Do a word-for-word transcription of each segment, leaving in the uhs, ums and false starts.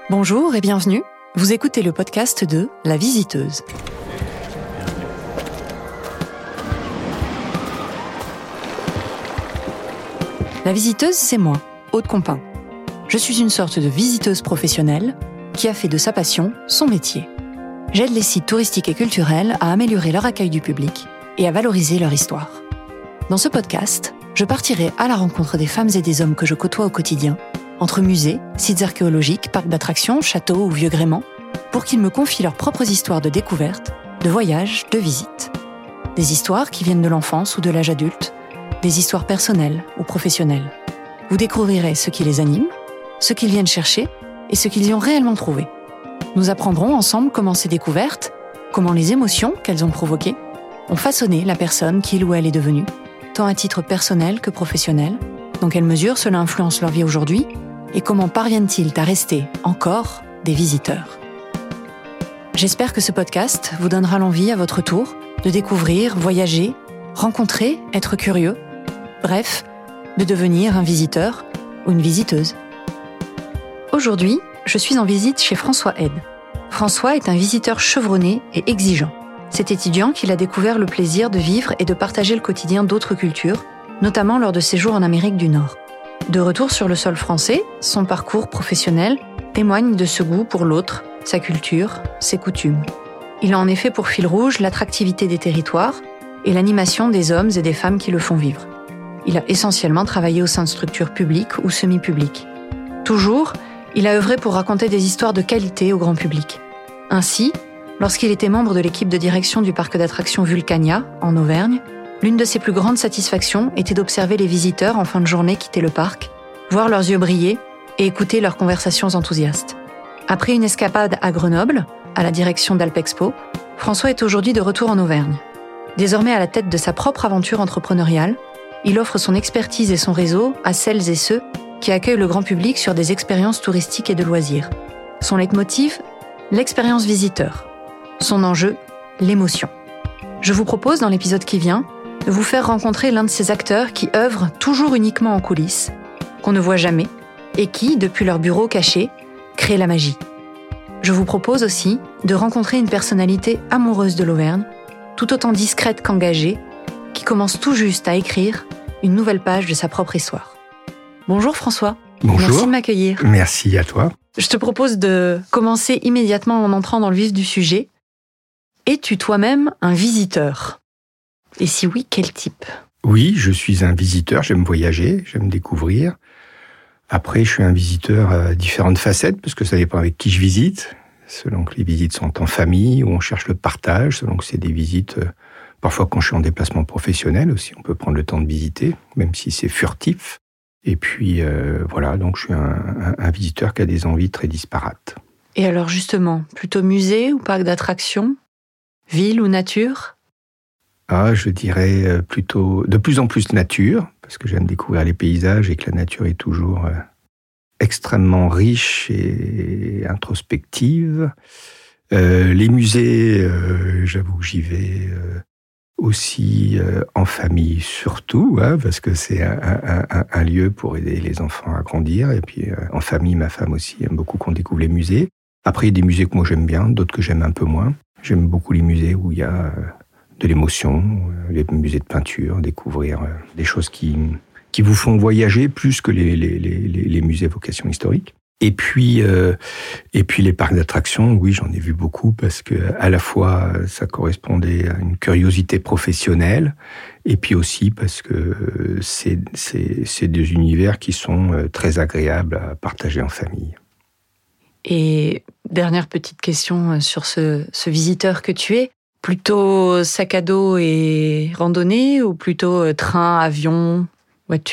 Bonjour et bienvenue, vous écoutez le podcast de La Visiteuse. La Visiteuse, c'est moi, Aude Compin. Je suis une sorte de visiteuse professionnelle qui a fait de sa passion son métier. J'aide les sites touristiques et culturels à améliorer leur accueil du public et à valoriser leur histoire. Dans ce podcast, je partirai à la rencontre des femmes et des hommes que je côtoie au quotidien, entre musées, sites archéologiques, parcs d'attractions, châteaux ou vieux gréments, pour qu'ils me confient leurs propres histoires de découvertes, de voyages, de visites. Des histoires qui viennent de l'enfance ou de l'âge adulte, des histoires personnelles ou professionnelles. Vous découvrirez ce qui les anime, ce qu'ils viennent chercher et ce qu'ils y ont réellement trouvé. Nous apprendrons ensemble comment ces découvertes, comment les émotions qu'elles ont provoquées, ont façonné la personne qu'il ou elle est devenue, tant à titre personnel que professionnel, dans quelle mesure cela influence leur vie aujourd'hui, et comment parviennent-ils à rester, encore, des visiteurs. J'espère que ce podcast vous donnera l'envie à votre tour de découvrir, voyager, rencontrer, être curieux, bref, de devenir un visiteur ou une visiteuse. Aujourd'hui, je suis en visite chez François Head. François est un visiteur chevronné et exigeant. Cet étudiant qu'il a découvert le plaisir de vivre et de partager le quotidien d'autres cultures, notamment lors de séjours en Amérique du Nord. De retour sur le sol français, son parcours professionnel témoigne de ce goût pour l'autre, sa culture, ses coutumes. Il a en effet pour fil rouge l'attractivité des territoires et l'animation des hommes et des femmes qui le font vivre. Il a essentiellement travaillé au sein de structures publiques ou semi-publiques. Toujours, il a œuvré pour raconter des histoires de qualité au grand public. Ainsi, lorsqu'il était membre de l'équipe de direction du parc d'attractions Vulcania, en Auvergne, l'une de ses plus grandes satisfactions était d'observer les visiteurs en fin de journée quitter le parc, voir leurs yeux briller et écouter leurs conversations enthousiastes. Après une escapade à Grenoble, à la direction d'Alpexpo, François est aujourd'hui de retour en Auvergne. Désormais à la tête de sa propre aventure entrepreneuriale, il offre son expertise et son réseau à celles et ceux qui accueillent le grand public sur des expériences touristiques et de loisirs. Son leitmotiv, l'expérience visiteur. Son enjeu, l'émotion. Je vous propose, dans l'épisode qui vient, de vous faire rencontrer l'un de ces acteurs qui œuvrent toujours uniquement en coulisses, qu'on ne voit jamais, et qui, depuis leur bureau caché, créent la magie. Je vous propose aussi de rencontrer une personnalité amoureuse de l'Auvergne, tout autant discrète qu'engagée, qui commence tout juste à écrire une nouvelle page de sa propre histoire. Bonjour François. Bonjour. Merci de m'accueillir. Merci à toi. Je te propose de commencer immédiatement en entrant dans le vif du sujet. Es-tu toi-même un visiteur ? Et si oui, quel type ? Oui, je suis un visiteur, j'aime voyager, j'aime découvrir. Après, je suis un visiteur à différentes facettes, parce que ça dépend avec qui je visite, selon que les visites sont en famille, où on cherche le partage, selon que c'est des visites, euh, parfois quand je suis en déplacement professionnel aussi, on peut prendre le temps de visiter, même si c'est furtif. Et puis, euh, voilà, donc je suis un, un, un visiteur qui a des envies très disparates. Et alors justement, plutôt musée ou parc d'attractions ? Ville ou nature ? Ah, je dirais plutôt de plus en plus nature, parce que j'aime découvrir les paysages et que la nature est toujours euh, extrêmement riche et introspective. Euh, les musées, euh, j'avoue que j'y vais euh, aussi euh, en famille surtout, hein, parce que c'est un, un, un, un lieu pour aider les enfants à grandir. Et puis euh, en famille, ma femme aussi aime beaucoup qu'on découvre les musées. Après, il y a des musées que moi j'aime bien, d'autres que j'aime un peu moins. J'aime beaucoup les musées où il y a euh, de l'émotion, euh, les musées de peinture, découvrir euh, des choses qui, qui vous font voyager plus que les, les, les, les musées à vocation historique. Et puis, euh, et puis les parcs d'attractions, oui, j'en ai vu beaucoup parce que à la fois ça correspondait à une curiosité professionnelle, et puis aussi parce que c'est, c'est, c'est des univers qui sont très agréables à partager en famille. Et dernière petite question sur ce, ce visiteur que tu es, plutôt sac à dos et randonnée ou plutôt train, avion, voiture ?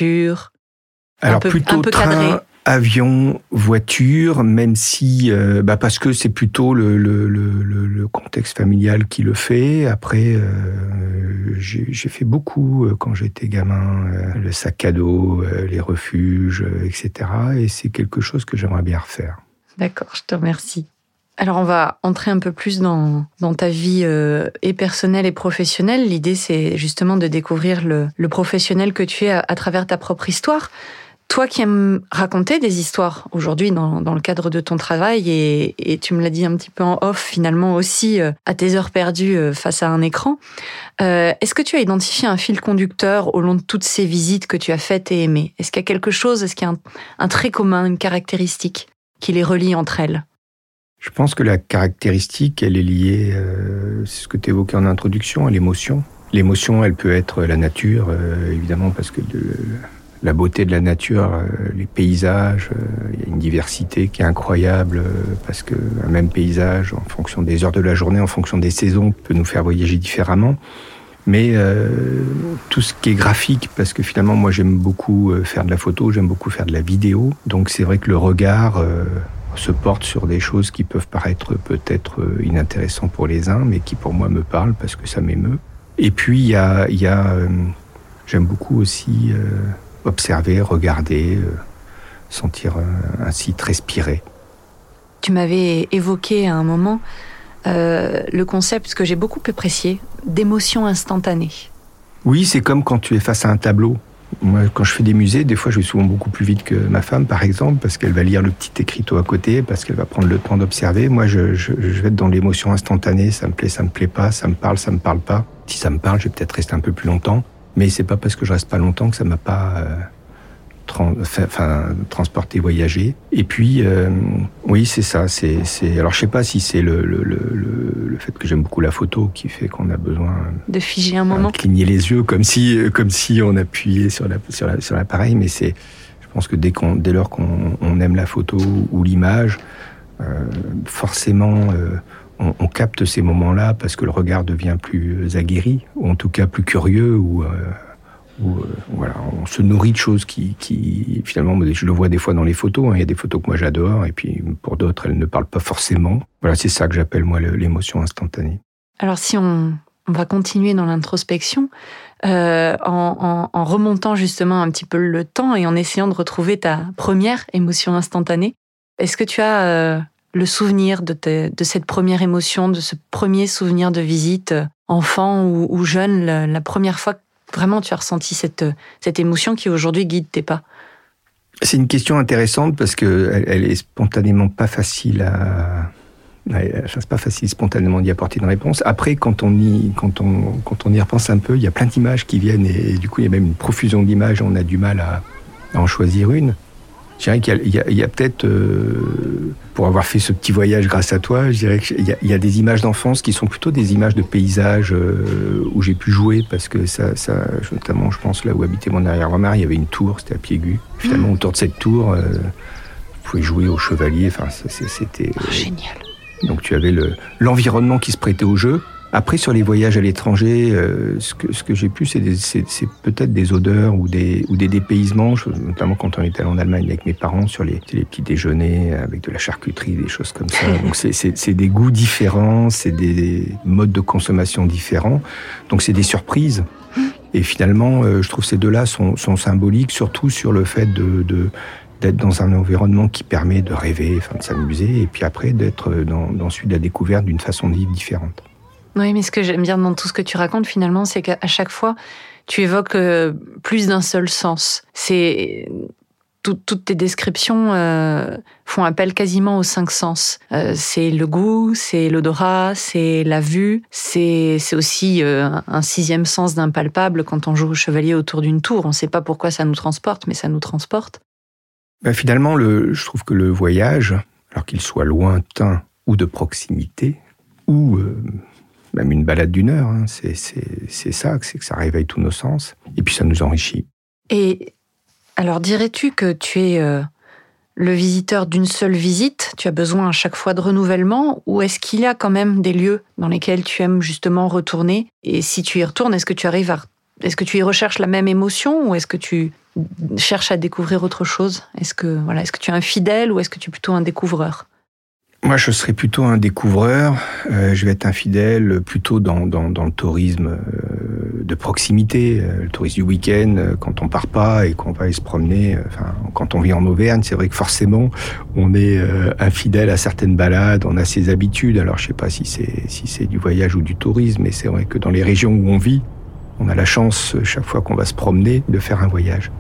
Alors un peu, plutôt un peu train, cadré. Avion, voiture, même si, euh, bah parce que c'est plutôt le, le, le, le contexte familial qui le fait. Après, euh, j'ai, j'ai fait beaucoup euh, quand j'étais gamin, euh, le sac à dos, euh, les refuges, euh, et cetera. Et c'est quelque chose que j'aimerais bien refaire. D'accord, je te remercie. Alors, on va entrer un peu plus dans, dans ta vie euh, et personnelle et professionnelle. L'idée, c'est justement de découvrir le, le professionnel que tu es à, à travers ta propre histoire. Toi qui aimes raconter des histoires aujourd'hui dans, dans le cadre de ton travail, et, et tu me l'as dit un petit peu en off finalement aussi, euh, à tes heures perdues euh, face à un écran, euh, est-ce que tu as identifié un fil conducteur au long de toutes ces visites que tu as faites et aimées ? Est-ce qu'il y a quelque chose, est-ce qu'il y a un, un trait commun, une caractéristique qui les relie entre elles ? Je pense que la caractéristique, elle est liée, euh, c'est ce que tu évoquais en introduction, à l'émotion. L'émotion, elle peut être la nature, euh, évidemment, parce que de, la beauté de la nature, euh, les paysages, il euh, y a une diversité qui est incroyable, euh, parce qu'un même paysage, en fonction des heures de la journée, en fonction des saisons, peut nous faire voyager différemment. Mais euh, tout ce qui est graphique, parce que finalement, moi, j'aime beaucoup faire de la photo, j'aime beaucoup faire de la vidéo. Donc, c'est vrai que le regard euh, se porte sur des choses qui peuvent paraître peut-être inintéressantes pour les uns, mais qui, pour moi, me parlent parce que ça m'émeut. Et puis, il y a... Y a euh, j'aime beaucoup aussi euh, observer, regarder, euh, sentir euh, un site, respirer. Tu m'avais évoqué à un moment euh, le concept que j'ai beaucoup apprécié, d'émotion instantanée. Oui, c'est comme quand tu es face à un tableau. Moi, quand je fais des musées, des fois, je vais souvent beaucoup plus vite que ma femme, par exemple, parce qu'elle va lire le petit écriteau à côté, parce qu'elle va prendre le temps d'observer. Moi, je, je, je vais être dans l'émotion instantanée. Ça me plaît, ça me plaît pas. Ça me parle, ça me parle pas. Si ça me parle, je vais peut-être rester un peu plus longtemps. Mais c'est pas parce que je reste pas longtemps que ça m'a pas euh, trans, enfin, transporté, voyagé. Et puis, euh, oui, c'est ça. C'est, c'est. Alors, je sais pas si c'est le, le, le, le fait que j'aime beaucoup la photo qui fait qu'on a besoin de figer un moment, de cligner les yeux, comme si, comme si on appuyait sur la, sur la, sur l'appareil. Mais c'est, je pense que dès qu'on, dès lors qu'on on aime la photo ou l'image, euh, forcément. Euh, On, on capte ces moments-là parce que le regard devient plus aguerri, ou en tout cas plus curieux, ou, euh, ou euh, voilà, on se nourrit de choses qui, qui, finalement, je le vois des fois dans les photos, hein, il y a des photos que moi j'adore, et puis pour d'autres, elles ne parlent pas forcément. Voilà, c'est ça que j'appelle moi le, l'émotion instantanée. Alors si on, on va continuer dans l'introspection, euh, en, en, en remontant justement un petit peu le temps et en essayant de retrouver ta première émotion instantanée, est-ce que tu as... Euh, le souvenir de, te, de cette première émotion, de ce premier souvenir de visite, enfant ou, ou jeune, la, la première fois que vraiment tu as ressenti cette, cette émotion qui aujourd'hui guide tes pas? C'est une question intéressante parce qu'elle elle est spontanément pas facile à... Enfin, c'est pas facile spontanément d'y apporter une réponse. Après, quand on y, quand on, quand on y repense un peu, il y a plein d'images qui viennent et, et du coup, il y a même une profusion d'images, on a du mal à, à en choisir une. Je dirais qu'il y a, il y a, il y a peut-être, euh, pour avoir fait ce petit voyage grâce à toi, je dirais qu'il y a, il y a des images d'enfance qui sont plutôt des images de paysages euh, où j'ai pu jouer, parce que ça, ça, notamment, je pense, là où habitait mon arrière-grand-mère, il y avait une tour, c'était à Piégu. Finalement, autour de cette tour, euh, vous pouvez jouer au chevalier, enfin, c'était... Oh, génial. Donc tu avais le, l'environnement qui se prêtait au jeu. Après, sur les voyages à l'étranger, euh, ce que, ce que j'ai pu, c'est, des, c'est, c'est peut-être des odeurs ou des, ou des dépaysements, notamment quand on était allé en Allemagne avec mes parents, sur les, les petits déjeuners avec de la charcuterie, des choses comme ça. Donc c'est, c'est, c'est des goûts différents, c'est des modes de consommation différents. Donc c'est des surprises. Et finalement, euh, je trouve que ces deux-là sont, sont symboliques, surtout sur le fait de... de d'être dans un environnement qui permet de rêver, enfin de s'amuser, et puis après d'être dans, dans celui de la découverte d'une façon de vivre différente. Oui, mais ce que j'aime bien dans tout ce que tu racontes, finalement, c'est qu'à chaque fois, tu évoques euh, plus d'un seul sens. C'est... Tout, toutes tes descriptions euh, font appel quasiment aux cinq sens. Euh, c'est le goût, c'est l'odorat, c'est la vue, c'est, c'est aussi euh, un sixième sens d'impalpable quand on joue au chevalier autour d'une tour. On ne sait pas pourquoi ça nous transporte, mais ça nous transporte. Ben finalement, le, je trouve que le voyage, alors qu'il soit lointain ou de proximité, ou euh, même une balade d'une heure, hein, c'est, c'est, c'est ça, c'est que ça réveille tous nos sens, et puis ça nous enrichit. Et alors, dirais-tu que tu es euh, le visiteur d'une seule visite ? Tu as besoin à chaque fois de renouvellement ? Ou est-ce qu'il y a quand même des lieux dans lesquels tu aimes justement retourner ? Et si tu y retournes, est-ce que tu arrives à... Est-ce que tu y recherches la même émotion ou est-ce que tu cherches à découvrir autre chose ? Est-ce que, voilà, est-ce que tu es un fidèle ou est-ce que tu es plutôt un découvreur ? Moi, je serais plutôt un découvreur. Euh, je vais être un fidèle plutôt dans, dans, dans le tourisme euh, de proximité, euh, le tourisme du week-end, euh, quand on part pas et qu'on va aller se promener. Euh, enfin, quand on vit en Auvergne, c'est vrai que forcément, on est euh, infidèle à certaines balades, on a ses habitudes. Alors, je sais pas si c'est, si c'est du voyage ou du tourisme, mais c'est vrai que dans les régions où on vit, on a la chance, chaque fois qu'on va se promener, de faire un voyage.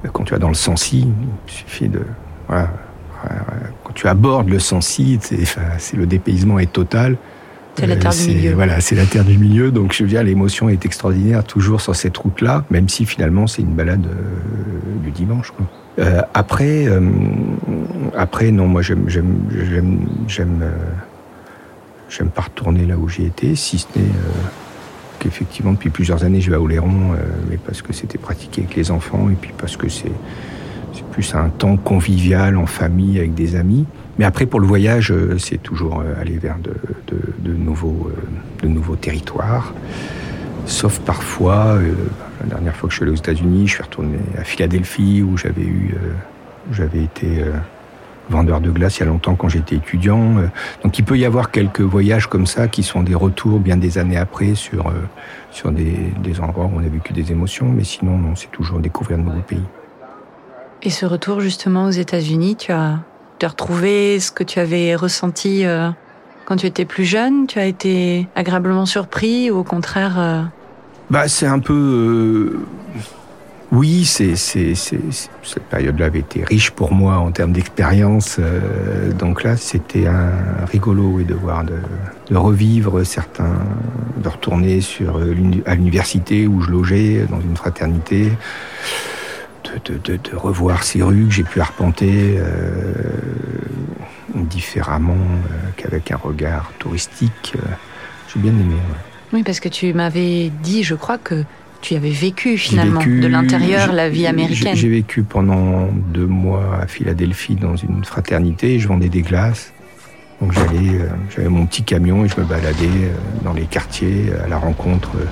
Quand tu vas dans le Sancy, il suffit de... Voilà, quand tu abordes le Sancy, c'est, enfin, c'est le dépaysement est total. C'est la terre euh, du milieu. Voilà, c'est la terre du milieu. Donc, je veux dire, l'émotion est extraordinaire toujours sur cette route-là, même si finalement c'est une balade euh, du dimanche, quoi. Euh, après, euh, après, non, moi j'aime, j'aime, j'aime, j'aime, euh, j'aime pas retourner là où j'ai été, si ce n'est euh, qu'effectivement depuis plusieurs années je vais à Oléron, euh, mais parce que c'était pratiqué avec les enfants et puis parce que c'est, c'est plus un temps convivial en famille avec des amis. Mais après pour le voyage, euh, c'est toujours euh, aller vers de, de, de nouveaux, euh, de nouveaux territoires. Sauf parfois, euh, la dernière fois que je suis allé aux États-Unis, je suis retourné à Philadelphie où j'avais eu, euh, j'avais été euh, vendeur de glace il y a longtemps quand j'étais étudiant. Euh, donc il peut y avoir quelques voyages comme ça qui sont des retours bien des années après sur, euh, sur des, des endroits où on a vécu des émotions, mais sinon non, c'est toujours découvrir de nouveaux pays. Et ce retour justement aux États-Unis, tu as, tu as retrouvé ce que tu avais ressenti euh, quand tu étais plus jeune? Tu as été agréablement surpris ou au contraire euh... Bah, c'est un peu... Euh... Oui, c'est, c'est, c'est, c'est, cette période-là avait été riche pour moi en termes d'expérience. Euh, donc là, c'était un rigolo oui, de voir, de, de revivre certains... de retourner sur, à l'université où je logeais, dans une fraternité, de, de, de, de revoir ces rues que j'ai pu arpenter euh, différemment euh, qu'avec un regard touristique. Euh, j'ai bien aimé, ouais. Oui, parce que tu m'avais dit, je crois, que tu avais vécu finalement vécu, de l'intérieur la vie américaine. J'ai, j'ai vécu pendant deux mois à Philadelphie dans une fraternité. Je vendais des glaces. Donc j'allais, euh, j'avais mon petit camion et je me baladais euh, dans les quartiers à la rencontre euh,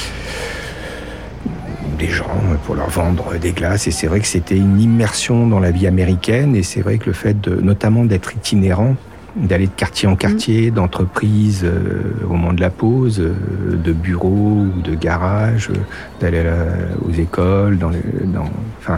des gens pour leur vendre des glaces. Et c'est vrai que c'était une immersion dans la vie américaine. Et c'est vrai que le fait de, notamment d'être itinérant, d'aller de quartier en quartier, mmh. d'entreprise euh, au moment de la pause, euh, de bureau ou de garage, euh, d'aller la, aux écoles, dans les, dans, enfin,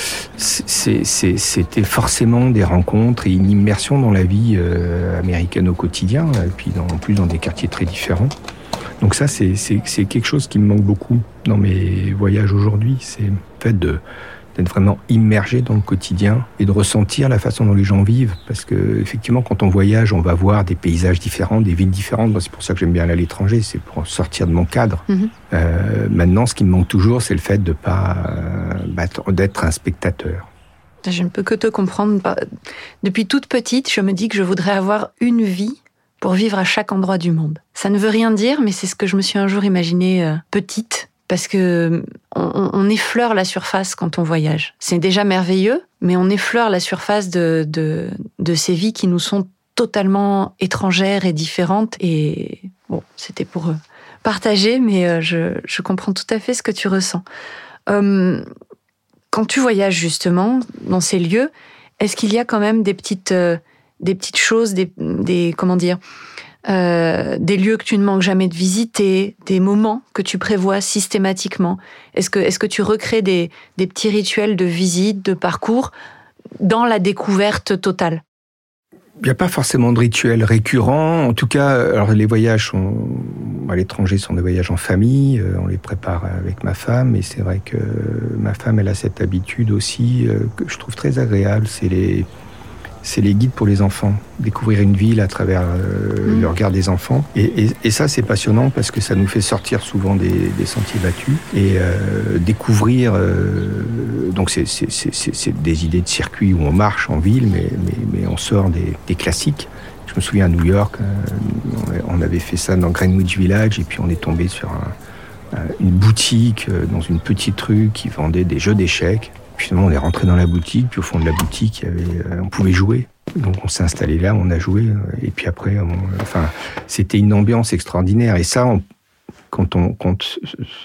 c'est, c'est, c'était forcément des rencontres et une immersion dans la vie euh, américaine au quotidien, et puis dans, en plus dans des quartiers très différents. Donc ça, c'est, c'est, c'est quelque chose qui me manque beaucoup dans mes voyages aujourd'hui, c'est le fait de d'être vraiment immergé dans le quotidien et de ressentir la façon dont les gens vivent. Parce que, effectivement, quand on voyage, on va voir des paysages différents, des villes différentes. C'est pour ça que j'aime bien aller à l'étranger, c'est pour sortir de mon cadre. Mmh. Euh, maintenant, ce qui me manque toujours, c'est le fait de pas, euh, bah, d'être un spectateur. Je ne peux que te comprendre. Depuis toute petite, je me dis que je voudrais avoir une vie pour vivre à chaque endroit du monde. Ça ne veut rien dire, mais c'est ce que je me suis un jour imaginé euh, petite. Parce que on, on effleure la surface quand on voyage. C'est déjà merveilleux, mais on effleure la surface de, de, de ces vies qui nous sont totalement étrangères et différentes. Et bon, c'était pour partager, mais je, je comprends tout à fait ce que tu ressens. Euh, quand tu voyages justement dans ces lieux, est-ce qu'il y a quand même des petites, euh, des petites choses, des, des comment dire, Euh, des lieux que tu ne manques jamais de visiter, des moments que tu prévois systématiquement? Est-ce que, est-ce que tu recrées des, des petits rituels de visite, de parcours, dans la découverte totale? Il n'y a pas forcément de rituels récurrents. En tout cas, alors les voyages sont, à l'étranger sont des voyages en famille. On les prépare avec ma femme. Et c'est vrai que ma femme, elle a cette habitude aussi que je trouve très agréable. C'est les... c'est les guides pour les enfants, découvrir une ville à travers euh, mmh. le regard des enfants. Et, et, et ça, c'est passionnant parce que ça nous fait sortir souvent des, des sentiers battus et euh, découvrir... Euh, donc, c'est, c'est, c'est, c'est des idées de circuit où on marche en ville, mais, mais, mais on sort des, des classiques. Je me souviens à New York, euh, on avait fait ça dans Greenwich Village et puis on est tombé sur un, une boutique dans une petite rue qui vendait des jeux d'échecs. Finalement, on est rentré dans la boutique, puis au fond de la boutique, il y avait, euh, on pouvait jouer. Donc, on s'est installé là, on a joué. Et puis après, on, enfin, c'était une ambiance extraordinaire. Et ça, on, quand on compte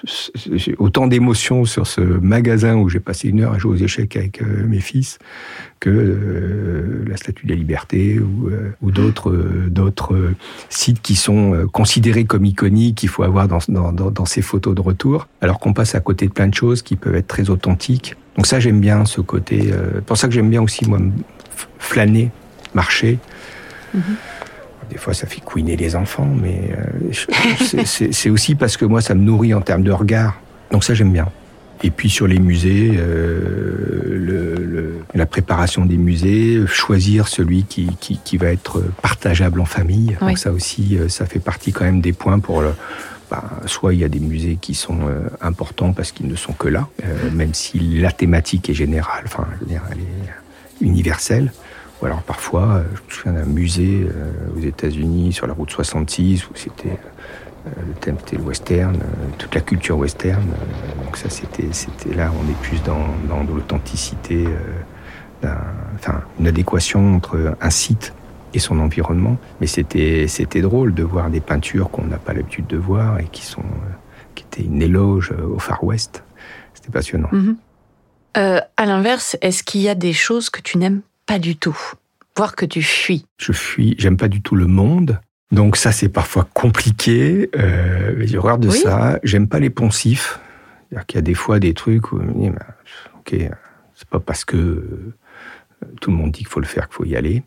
autant d'émotions sur ce magasin où j'ai passé une heure à jouer aux échecs avec euh, mes fils, que euh, la Statue de la Liberté ou, euh, ou d'autres, euh, d'autres euh, sites qui sont euh, considérés comme iconiques, qu'il faut avoir dans, dans, dans, dans ces photos de retour, alors qu'on passe à côté de plein de choses qui peuvent être très authentiques. Donc ça, j'aime bien ce côté. Euh, c'est pour ça que j'aime bien aussi, moi, flâner, marcher. Mm-hmm. Des fois, ça fait couiner les enfants, mais euh, c'est, c'est, c'est aussi parce que moi, ça me nourrit en termes de regard. Donc ça, j'aime bien. Et puis sur les musées, euh, le, le, la préparation des musées, choisir celui qui, qui, qui va être partageable en famille. Oui. Donc ça aussi, ça fait partie quand même des points pour le... Bah, soit il y a des musées qui sont euh, importants parce qu'ils ne sont que là, euh, même si la thématique est générale, enfin, je veux dire, elle est universelle. Ou alors parfois, euh, je me souviens d'un musée euh, aux États-Unis sur la route soixante-six où c'était euh, le thème c'était le western, euh, toute la culture western. Euh, donc ça, c'était, c'était là, on est plus dans, dans de l'authenticité, euh, d'un, enfin, une adéquation entre un site et son environnement. Mais c'était, c'était drôle de voir des peintures qu'on n'a pas l'habitude de voir et qui, sont, qui étaient une éloge au Far West. C'était passionnant. Mm-hmm. Euh, à l'inverse, est-ce qu'il y a des choses que tu n'aimes pas du tout, voire que tu fuis? Je fuis, j'aime pas du tout le monde. Donc ça, c'est parfois compliqué. Euh, j'ai horreur de oui. ça. J'aime pas les poncifs. C'est-à-dire qu'il y a des fois des trucs où, ok, c'est pas parce que tout le monde dit qu'il faut le faire qu'il faut y aller.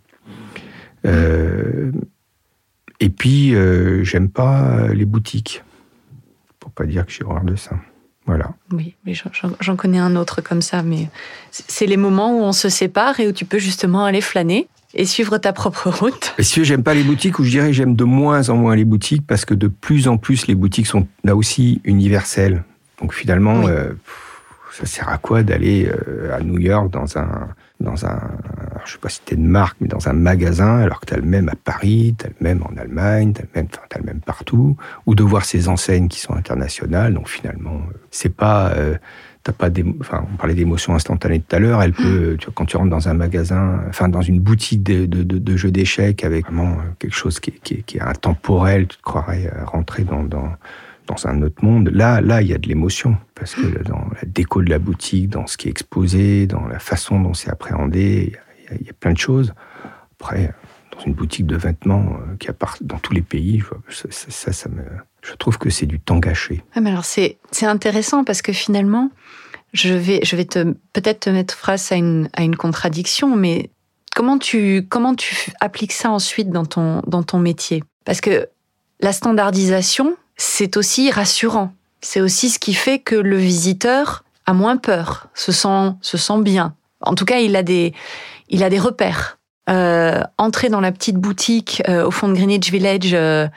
Euh, et puis, euh, j'aime pas les boutiques. Pour pas dire que j'ai horreur de ça. Voilà. Oui, mais j'en, j'en connais un autre comme ça, mais c'est les moments où on se sépare et où tu peux justement aller flâner et suivre ta propre route. Et si j'aime pas les boutiques, ou je dirais j'aime de moins en moins les boutiques, parce que de plus en plus les boutiques sont là aussi universelles. Donc finalement, oui. euh, ça sert à quoi d'aller euh, à New York dans un... dans un, je sais pas si t'es de marque, mais dans un magasin, alors que t'as le même à Paris, t'as le même en Allemagne, t'as le même, enfin, t'as le même partout, ou de voir ces enseignes qui sont internationales. Donc finalement, c'est pas, euh, t'as pas des, enfin, on parlait d'émotions instantanées tout à l'heure. Elle peut, tu vois, quand tu rentres dans un magasin, enfin, dans une boutique de, de, de, de jeux d'échecs avec vraiment quelque chose qui est, qui est, qui est intemporel, tu te croirais rentrer dans, dans, dans un autre monde. Là, là, il y a de l'émotion. Parce que dans la déco de la boutique, dans ce qui est exposé, dans la façon dont c'est appréhendé, il y, y, y a plein de choses. Après, dans une boutique de vêtements euh, qui appart dans tous les pays, ça, ça, ça, ça me, je trouve que c'est du temps gâché. Ah, mais alors c'est, c'est intéressant parce que finalement, je vais, je vais te, peut-être te mettre face à une, à une contradiction, mais comment tu, comment tu appliques ça ensuite dans ton, dans ton métier? Parce que la standardisation, c'est aussi rassurant. C'est aussi ce qui fait que le visiteur a moins peur, se sent, se sent bien. En tout cas, il a des, il a des repères. Euh, entrer dans la petite boutique euh, au fond de Greenwich Village euh,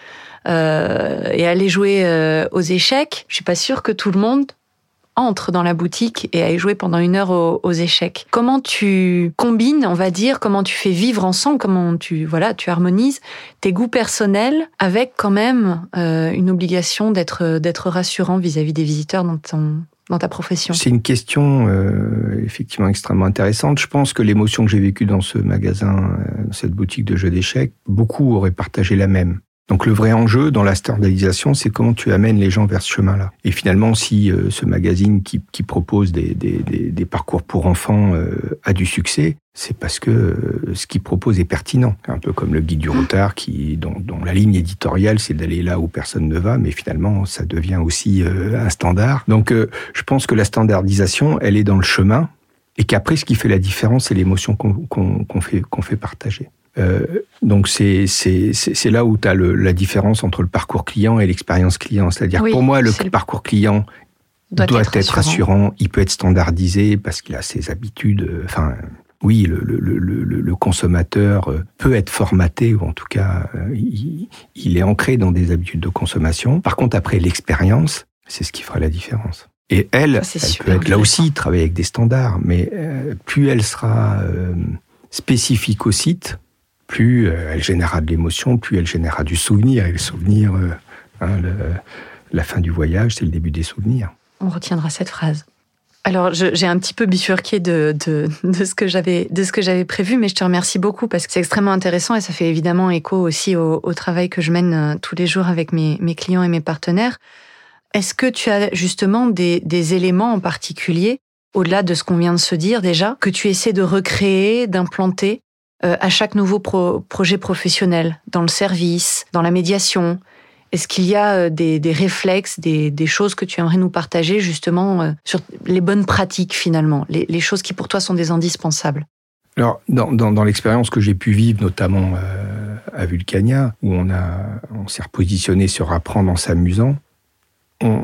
euh, et aller jouer euh, aux échecs, je suis pas sûre que tout le monde entre dans la boutique et aille jouer pendant une heure aux, aux échecs. Comment tu combines, on va dire, comment tu fais vivre ensemble, comment tu, voilà, tu harmonises tes goûts personnels avec quand même euh, une obligation d'être, d'être rassurant vis-à-vis des visiteurs dans ton, dans ta profession? C'est une question euh, effectivement extrêmement intéressante. Je pense que l'émotion que j'ai vécue dans ce magasin, euh, dans cette boutique de jeux d'échecs, beaucoup auraient partagé la même. Donc le vrai enjeu dans la standardisation, c'est comment tu amènes les gens vers ce chemin-là. Et finalement, si euh, ce magazine qui, qui propose des, des, des, des parcours pour enfants euh, a du succès, c'est parce que euh, ce qu'il propose est pertinent. Un peu comme le guide du routard, qui, dont, dont la ligne éditoriale, c'est d'aller là où personne ne va, mais finalement, ça devient aussi euh, un standard. Donc euh, je pense que la standardisation, elle est dans le chemin, et qu'après, ce qui fait la différence, c'est l'émotion qu'on, qu'on, qu'on, fait, qu'on fait partager. Euh, donc c'est, c'est, c'est, c'est là où tu as la différence entre le parcours client et l'expérience client. C'est-à-dire oui, pour moi, le parcours client doit, doit être, être rassurant. rassurant, il peut être standardisé parce qu'il a ses habitudes. Enfin, oui, le, le, le, le, le consommateur peut être formaté, ou en tout cas, il, il est ancré dans des habitudes de consommation. Par contre, après, l'expérience, c'est ce qui fera la différence. Et elle, ça, elle peut être là aussi, travailler avec des standards, mais euh, plus elle sera euh, spécifique au site, plus euh, elle générera de l'émotion, plus elle générera du souvenir. Et le souvenir, euh, hein, le, la fin du voyage, c'est le début des souvenirs. On retiendra cette phrase. Alors, je, j'ai un petit peu bifurqué de, de, de, ce que j'avais, de ce que j'avais prévu, mais je te remercie beaucoup parce que c'est extrêmement intéressant et ça fait évidemment écho aussi au, au travail que je mène tous les jours avec mes, mes clients et mes partenaires. Est-ce que tu as justement des, des éléments en particulier, au-delà de ce qu'on vient de se dire déjà, que tu essaies de recréer, d'implanter euh, à chaque nouveau pro- projet professionnel, dans le service, dans la médiation? Est-ce qu'il y a euh, des, des réflexes, des, des choses que tu aimerais nous partager justement euh, sur les bonnes pratiques finalement, les, les choses qui pour toi sont des indispensables? Alors, dans, dans, dans l'expérience que j'ai pu vivre, notamment euh, à Vulcania, où on, a, on s'est repositionné sur apprendre en s'amusant, On,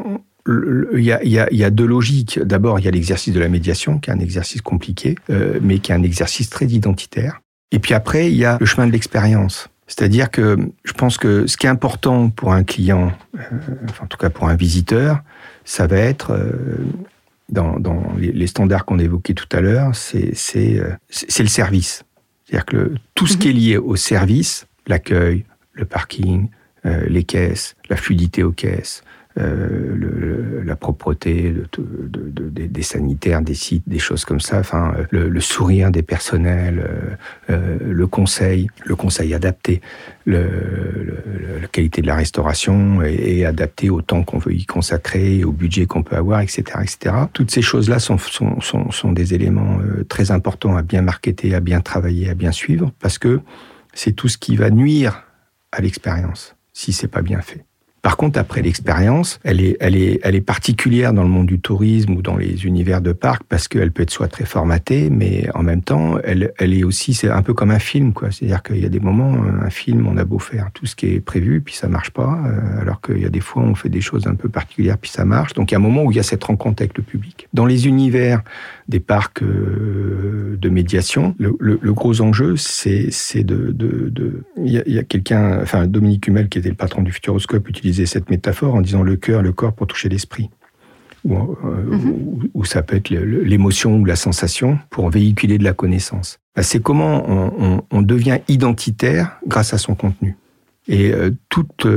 il y a, il y a, il y a deux logiques. D'abord, il y a l'exercice de la médiation, qui est un exercice compliqué, euh, mais qui est un exercice très identitaire. Et puis après, il y a le chemin de l'expérience. C'est-à-dire que je pense que ce qui est important pour un client, euh, enfin, en tout cas pour un visiteur, ça va être, euh, dans, dans les, les standards qu'on évoquait tout à l'heure, c'est, c'est, euh, c'est le service. C'est-à-dire que le, tout ce qui est lié au service, l'accueil, le parking, euh, les caisses, la fluidité aux caisses, euh, le, la propreté de, de, de, de, des sanitaires, des sites, des choses comme ça, enfin, le, le sourire des personnels, euh, euh, le conseil, le conseil adapté, le, le, la qualité de la restauration est, est adaptée au temps qu'on veut y consacrer, au budget qu'on peut avoir, et cetera, et cetera. Toutes ces choses-là sont, sont, sont, sont des éléments euh, très importants à bien marketer, à bien travailler, à bien suivre, parce que c'est tout ce qui va nuire à l'expérience, si c'est pas bien fait. Par contre, après l'expérience, elle est, elle est, elle est particulière dans le monde du tourisme ou dans les univers de parc parce qu'elle peut être soit très formatée, mais en même temps, elle, elle est aussi, c'est un peu comme un film, quoi. C'est-à-dire qu'il y a des moments, un film, on a beau faire tout ce qui est prévu, puis ça marche pas, alors qu'il y a des fois, on fait des choses un peu particulières, puis ça marche. Donc, il y a un moment où il y a cette rencontre avec le public. Dans les univers des parcs de médiation, le, le, le gros enjeu, c'est, c'est de, de, de, il y a, il y a quelqu'un, enfin, Dominique Hummel, qui était le patron du Futuroscope, utilisait cette métaphore en disant le cœur, le corps pour toucher l'esprit. Ou, euh, mm-hmm. ou, ou ça peut être l'émotion ou la sensation pour véhiculer de la connaissance. C'est comment on, on, on devient identitaire grâce à son contenu. Et euh, toute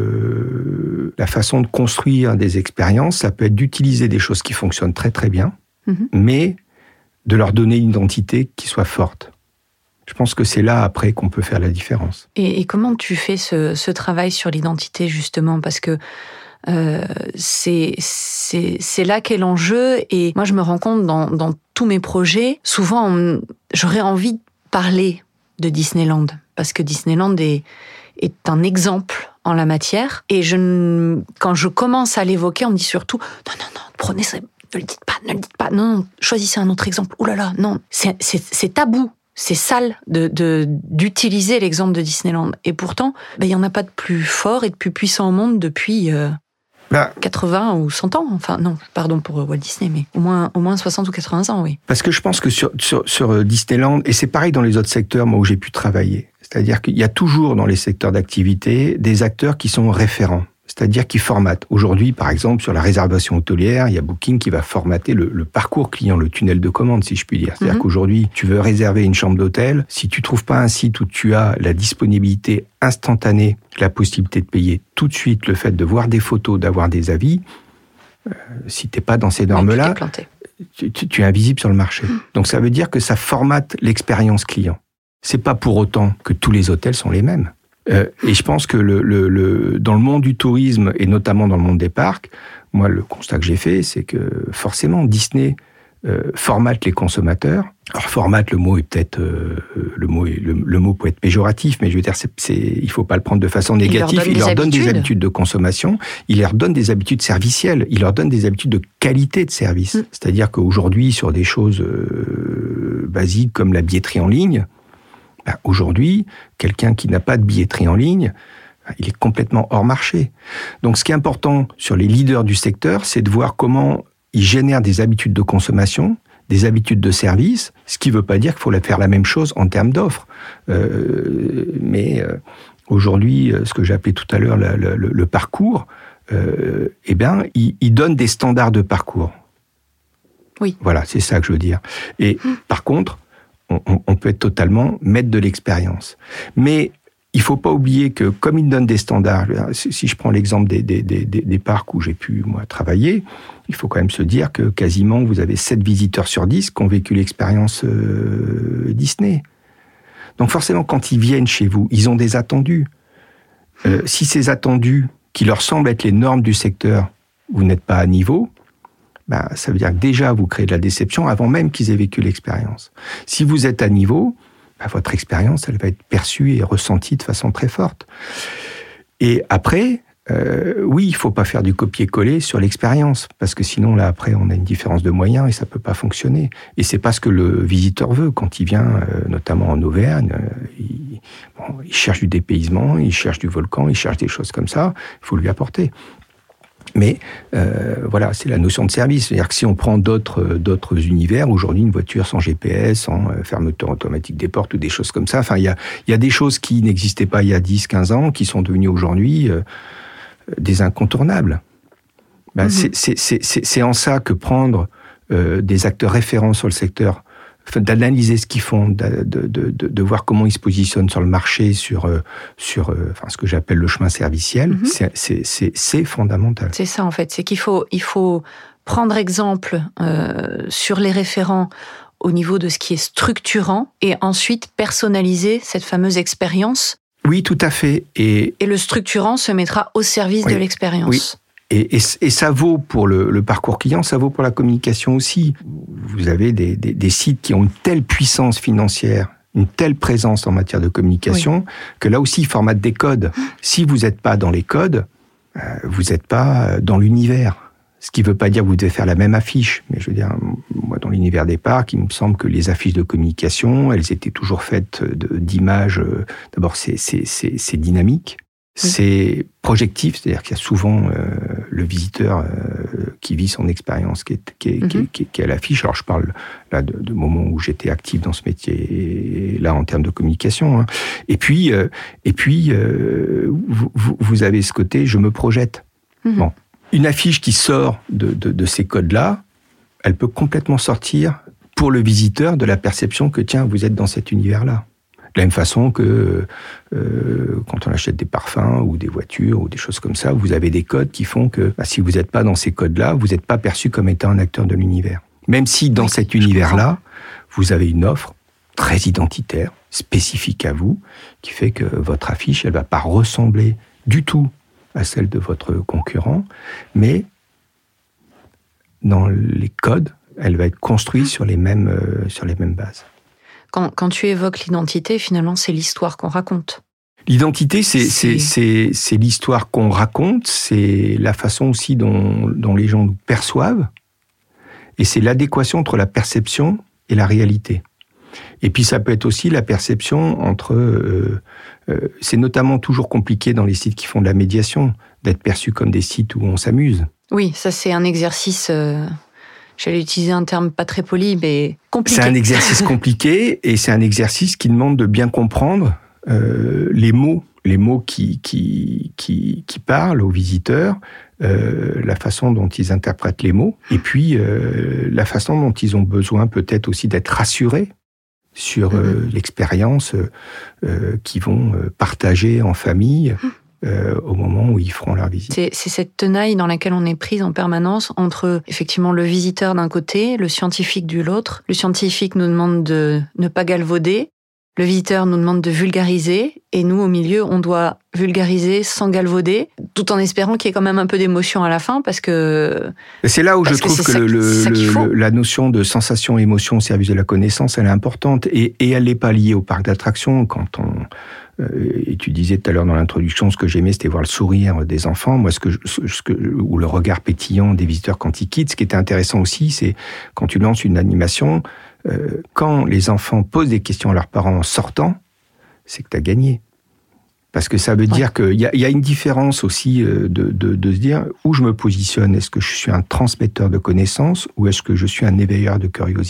euh, la façon de construire des expériences, ça peut être d'utiliser des choses qui fonctionnent très très bien, mm-hmm. mais de leur donner une identité qui soit forte. Je pense que c'est là, après, qu'on peut faire la différence. Et, et comment tu fais ce, ce travail sur l'identité, justement ? Parce que euh, c'est, c'est, c'est là qu'est l'enjeu. Et moi, je me rends compte, dans, dans tous mes projets, souvent, on, j'aurais envie de parler de Disneyland. Parce que Disneyland est, est un exemple en la matière. Et je, quand je commence à l'évoquer, on me dit surtout « Non, non, non, prenez ça, ne le dites pas, ne le dites pas. Non, non, choisissez un autre exemple. Ouh là là, non, c'est, c'est, c'est tabou. » C'est sale de, de, d'utiliser l'exemple de Disneyland. Et pourtant, ben, il n'y en a pas de plus fort et de plus puissant au monde depuis euh, bah, quatre-vingts ou cent ans. Enfin, non, pardon pour Walt Disney, mais au moins, au moins soixante ou quatre-vingts ans, oui. Parce que je pense que sur, sur, sur Disneyland, et c'est pareil dans les autres secteurs, moi, où j'ai pu travailler, c'est-à-dire qu'il y a toujours dans les secteurs d'activité des acteurs qui sont référents. C'est-à-dire qui formatent. Aujourd'hui, par exemple, sur la réservation hôtelière, il y a Booking qui va formater le, le parcours client, le tunnel de commande, si je puis dire. C'est-à-dire mm-hmm. qu'aujourd'hui, tu veux réserver une chambre d'hôtel, si tu trouves pas un site où tu as la disponibilité instantanée, la possibilité de payer tout de suite, le fait de voir des photos, d'avoir des avis, euh, si t'es pas dans ces normes-là, tu, tu, tu es invisible sur le marché. Mm. Donc ça veut dire que ça formate l'expérience client. C'est pas pour autant que tous les hôtels sont les mêmes. Euh, et je pense que le, le, le, dans le monde du tourisme, et notamment dans le monde des parcs, moi, le constat que j'ai fait, c'est que forcément, Disney euh, formate les consommateurs. Alors, formate, le mot est peut-être... Euh, le, mot est, le, le mot peut être péjoratif, mais je veux dire, c'est, c'est, il ne faut pas le prendre de façon négative. Il leur donne, il leur donne des habitudes de consommation, il leur donne des habitudes servicielles, il leur donne des habitudes de qualité de service. Mmh. C'est-à-dire qu'aujourd'hui, sur des choses euh, basiques comme la billetterie en ligne, ben aujourd'hui, quelqu'un qui n'a pas de billetterie en ligne, il est complètement hors marché. Donc, ce qui est important sur les leaders du secteur, c'est de voir comment ils génèrent des habitudes de consommation, des habitudes de service, ce qui ne veut pas dire qu'il faut faire la même chose en termes d'offres. Euh, mais euh, aujourd'hui, ce que j'ai appelé tout à l'heure le, le, le parcours, euh, eh bien, il, il donne des standards de parcours. Oui. Voilà, c'est ça que je veux dire. Et mmh. par contre, On, on peut être totalement maître de l'expérience. Mais il ne faut pas oublier que, comme ils donnent des standards, si je prends l'exemple des, des, des, des parcs où j'ai pu, moi, travailler, il faut quand même se dire que quasiment vous avez sept visiteurs sur dix qui ont vécu l'expérience euh, Disney. Donc forcément, quand ils viennent chez vous, ils ont des attendus. Euh, si ces attendus, qui leur semblent être les normes du secteur, vous n'êtes pas à niveau, ben, ça veut dire que déjà, vous créez de la déception avant même qu'ils aient vécu l'expérience. Si vous êtes à niveau, ben, votre expérience, elle va être perçue et ressentie de façon très forte. Et après, euh, oui, il ne faut pas faire du copier-coller sur l'expérience, parce que sinon, là, après, on a une différence de moyens et ça ne peut pas fonctionner. Et ce n'est pas ce que le visiteur veut. Quand il vient, euh, notamment en Auvergne, euh, il, bon, il cherche du dépaysement, il cherche du volcan, il cherche des choses comme ça, il faut lui apporter. Mais euh, voilà, c'est la notion de service. C'est-à-dire que si on prend d'autres, d'autres univers, aujourd'hui, une voiture sans G P S, sans fermeture automatique des portes ou des choses comme ça, enfin, il y a, il y a des choses qui n'existaient pas il y a dix, quinze ans, qui sont devenues aujourd'hui euh, des incontournables. Ben, mmh. c'est, c'est, c'est, c'est, c'est en ça que prendre euh, des acteurs référents sur le secteur, d'analyser ce qu'ils font, de, de, de, de voir comment ils se positionnent sur le marché, sur, sur enfin, ce que j'appelle le chemin serviciel, mm-hmm. c'est, c'est, c'est, c'est fondamental. C'est ça, en fait. C'est qu'il faut, il faut prendre exemple euh, sur les référents au niveau de ce qui est structurant et ensuite personnaliser cette fameuse expérience. Oui, tout à fait. Et, et le structurant se mettra au service oui, de l'expérience. Oui. Et, et, et ça vaut pour le, le parcours client, ça vaut pour la communication aussi. Vous avez des, des, des sites qui ont une telle puissance financière, une telle présence en matière de communication, oui. que là aussi, ils formatent des codes. Si vous n'êtes pas dans les codes, euh, vous n'êtes pas dans l'univers. Ce qui ne veut pas dire que vous devez faire la même affiche. Mais je veux dire, moi, dans l'univers des parcs, il me semble que les affiches de communication, elles étaient toujours faites de, d'images. D'abord, c'est, c'est, c'est, c'est dynamique. C'est projectif, c'est-à-dire qu'il y a souvent euh, le visiteur euh, qui vit son expérience qui est, qui, est, mm-hmm. qui, est, qui, est, qui est à l'affiche. Alors je parle là de, de moments où j'étais actif dans ce métier-là en termes de communication. Hein. Et puis, euh, et puis euh, vous, vous avez ce côté, je me projette. Mm-hmm. Bon. Une affiche qui sort de, de, de ces codes-là, elle peut complètement sortir pour le visiteur de la perception que tiens, vous êtes dans cet univers-là. De la même façon que euh, quand on achète des parfums ou des voitures ou des choses comme ça, vous avez des codes qui font que bah, si vous n'êtes pas dans ces codes-là, vous n'êtes pas perçu comme étant un acteur de l'univers. Même si dans oui, cet univers-là, vous avez une offre très identitaire, spécifique à vous, qui fait que votre affiche, elle ne va pas ressembler du tout à celle de votre concurrent, mais dans les codes, elle va être construite sur les mêmes, euh, sur les mêmes bases. Quand, quand tu évoques l'identité, finalement, c'est l'histoire qu'on raconte. L'identité, c'est, c'est... C'est, c'est, c'est l'histoire qu'on raconte, c'est la façon aussi dont, dont les gens nous perçoivent, et c'est l'adéquation entre la perception et la réalité. Et puis ça peut être aussi la perception entre... Euh, euh, c'est notamment toujours compliqué dans les sites qui font de la médiation, d'être perçus comme des sites où on s'amuse. Oui, ça c'est un exercice... Euh... J'allais utiliser un terme pas très poli, mais compliqué. C'est un exercice compliqué et c'est un exercice qui demande de bien comprendre euh, les mots, les mots qui, qui, qui, qui parlent aux visiteurs, euh, la façon dont ils interprètent les mots, et puis euh, la façon dont ils ont besoin peut-être aussi d'être rassurés sur euh, mmh. l'expérience euh, qu'ils vont partager en famille. Mmh. Euh, au moment où ils feront leur visite. C'est, c'est cette tenaille dans laquelle on est prise en permanence entre effectivement le visiteur d'un côté, le scientifique de l'autre. Le scientifique nous demande de ne pas galvauder, le visiteur nous demande de vulgariser, et nous au milieu on doit vulgariser sans galvauder, tout en espérant qu'il y ait quand même un peu d'émotion à la fin, parce que... C'est là où je trouve que, que le, le, le, la notion de sensation-émotion au service de la connaissance, elle est importante, et, et elle n'est pas liée au parc d'attractions. Quand on... Et tu disais tout à l'heure dans l'introduction, ce que j'aimais, c'était voir le sourire des enfants. Moi, ce que, je, ce que, ou le regard pétillant des visiteurs quand ils quittent. Ce qui était intéressant aussi, c'est quand tu lances une animation, euh, quand les enfants posent des questions à leurs parents en sortant, c'est que tu as gagné. Parce que ça veut dire ouais. qu'il y a, il y a une différence aussi de, de, de se dire où je me positionne. Est-ce que je suis un transmetteur de connaissances ou est-ce que je suis un éveilleur de curiosité ?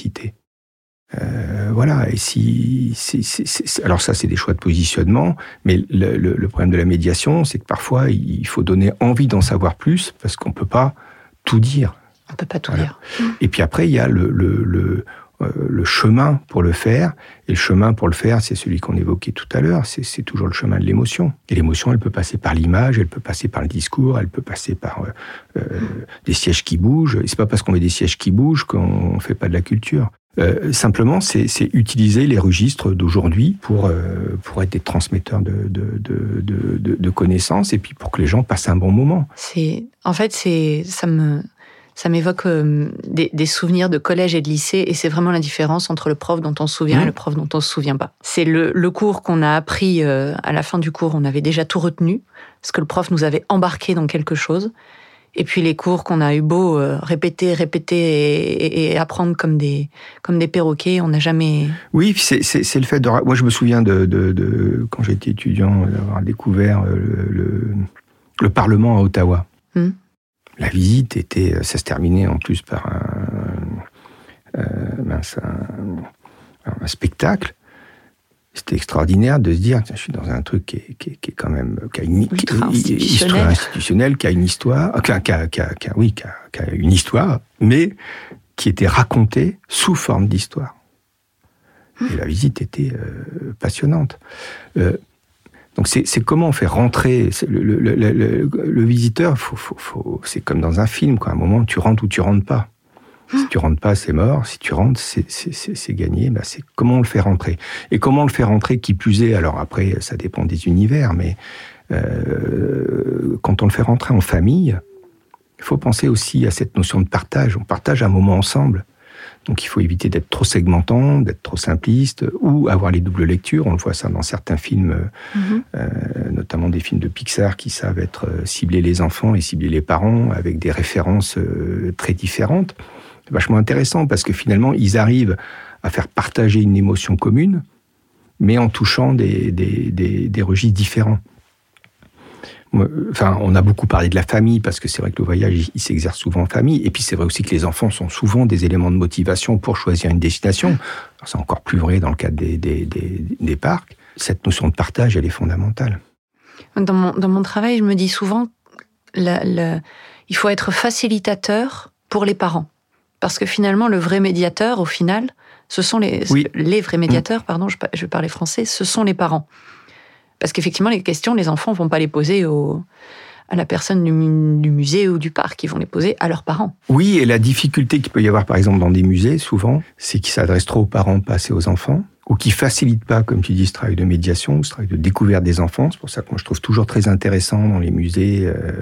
Euh, voilà, et si, c'est, c'est, c'est, alors ça c'est des choix de positionnement, mais le, le, le problème de la médiation, c'est que parfois il faut donner envie d'en savoir plus parce qu'on peut pas tout dire. On peut pas tout voilà. dire. Et puis après il y a le, le, le, euh, le chemin pour le faire, et le chemin pour le faire, c'est celui qu'on évoquait tout à l'heure, c'est, c'est toujours le chemin de l'émotion. Et l'émotion, elle peut passer par l'image, elle peut passer par le discours, elle peut passer par euh, euh, des sièges qui bougent. Et c'est pas parce qu'on met des sièges qui bougent qu'on fait pas de la culture. Euh, simplement, c'est, c'est utiliser les registres d'aujourd'hui pour, euh, pour être des transmetteurs de, de, de, de, de connaissances et puis pour que les gens passent un bon moment. C'est, en fait, c'est, ça, me, ça m'évoque euh, des, des souvenirs de collège et de lycée, et c'est vraiment la différence entre le prof dont on se souvient mmh. et le prof dont on se souvient pas. C'est le, le cours qu'on a appris, euh, à la fin du cours, on avait déjà tout retenu, parce que le prof nous avait embarqué dans quelque chose. Et puis les cours qu'on a eu beau euh, répéter, répéter et, et, et apprendre comme des, comme des perroquets, on n'a jamais... Oui, c'est, c'est, c'est le fait de... Moi, je me souviens de, de, de quand j'étais étudiant, d'avoir découvert le, le, le Parlement à Ottawa. Mmh. La visite était, ça se terminait en plus par un, euh, mince, un, un spectacle. C'était extraordinaire de se dire, je suis dans un truc qui est, qui est, qui est quand même qui a une ultra institutionnel, histoire institutionnelle, qui a une histoire, qui a, qui a, qui a, qui a, oui, qui a, qui a une histoire, mais qui était racontée sous forme d'histoire. Et la visite était euh, passionnante. Euh, donc c'est, c'est comment on fait rentrer le, le, le, le, le visiteur. Faut, faut, faut, c'est comme dans un film, quoi. À un moment, tu rentres ou tu rentres pas. Si tu rentres pas, c'est mort. Si tu rentres, c'est, c'est, c'est, c'est gagné. Ben c'est comment on le fait rentrer. Et comment on le fait rentrer, qui plus est. Alors après, ça dépend des univers, mais euh, quand on le fait rentrer en famille, il faut penser aussi à cette notion de partage. On partage un moment ensemble. Donc il faut éviter d'être trop segmentant, d'être trop simpliste, ou avoir les doubles lectures. On le voit ça dans certains films, mmh. euh, notamment des films de Pixar qui savent être euh, cibler les enfants et cibler les parents avec des références euh, très différentes. C'est vachement intéressant parce que finalement, ils arrivent à faire partager une émotion commune, mais en touchant des, des, des, des registres différents. Enfin, on a beaucoup parlé de la famille parce que c'est vrai que le voyage, il s'exerce souvent en famille. Et puis c'est vrai aussi que les enfants sont souvent des éléments de motivation pour choisir une destination. Alors, c'est encore plus vrai dans le cadre des, des, des, des parcs. Cette notion de partage, elle est fondamentale. Dans mon, dans mon travail, je me dis souvent, la, la, il faut être facilitateur pour les parents. Parce que finalement, le vrai médiateur, au final, ce sont les, oui. les vrais médiateurs, mmh. pardon, je, je parlais français, ce sont les parents. Parce qu'effectivement, les questions, les enfants ne vont pas les poser au, à la personne du, du musée ou du parc, ils vont les poser à leurs parents. Oui, et la difficulté qu'il peut y avoir, par exemple, dans des musées, souvent, c'est qu'ils s'adressent trop aux parents, pas assez aux enfants, ou qui ne facilitent pas, comme tu dis, ce travail de médiation, ce travail de découverte des enfants. C'est pour ça que moi, je trouve toujours très intéressant dans les musées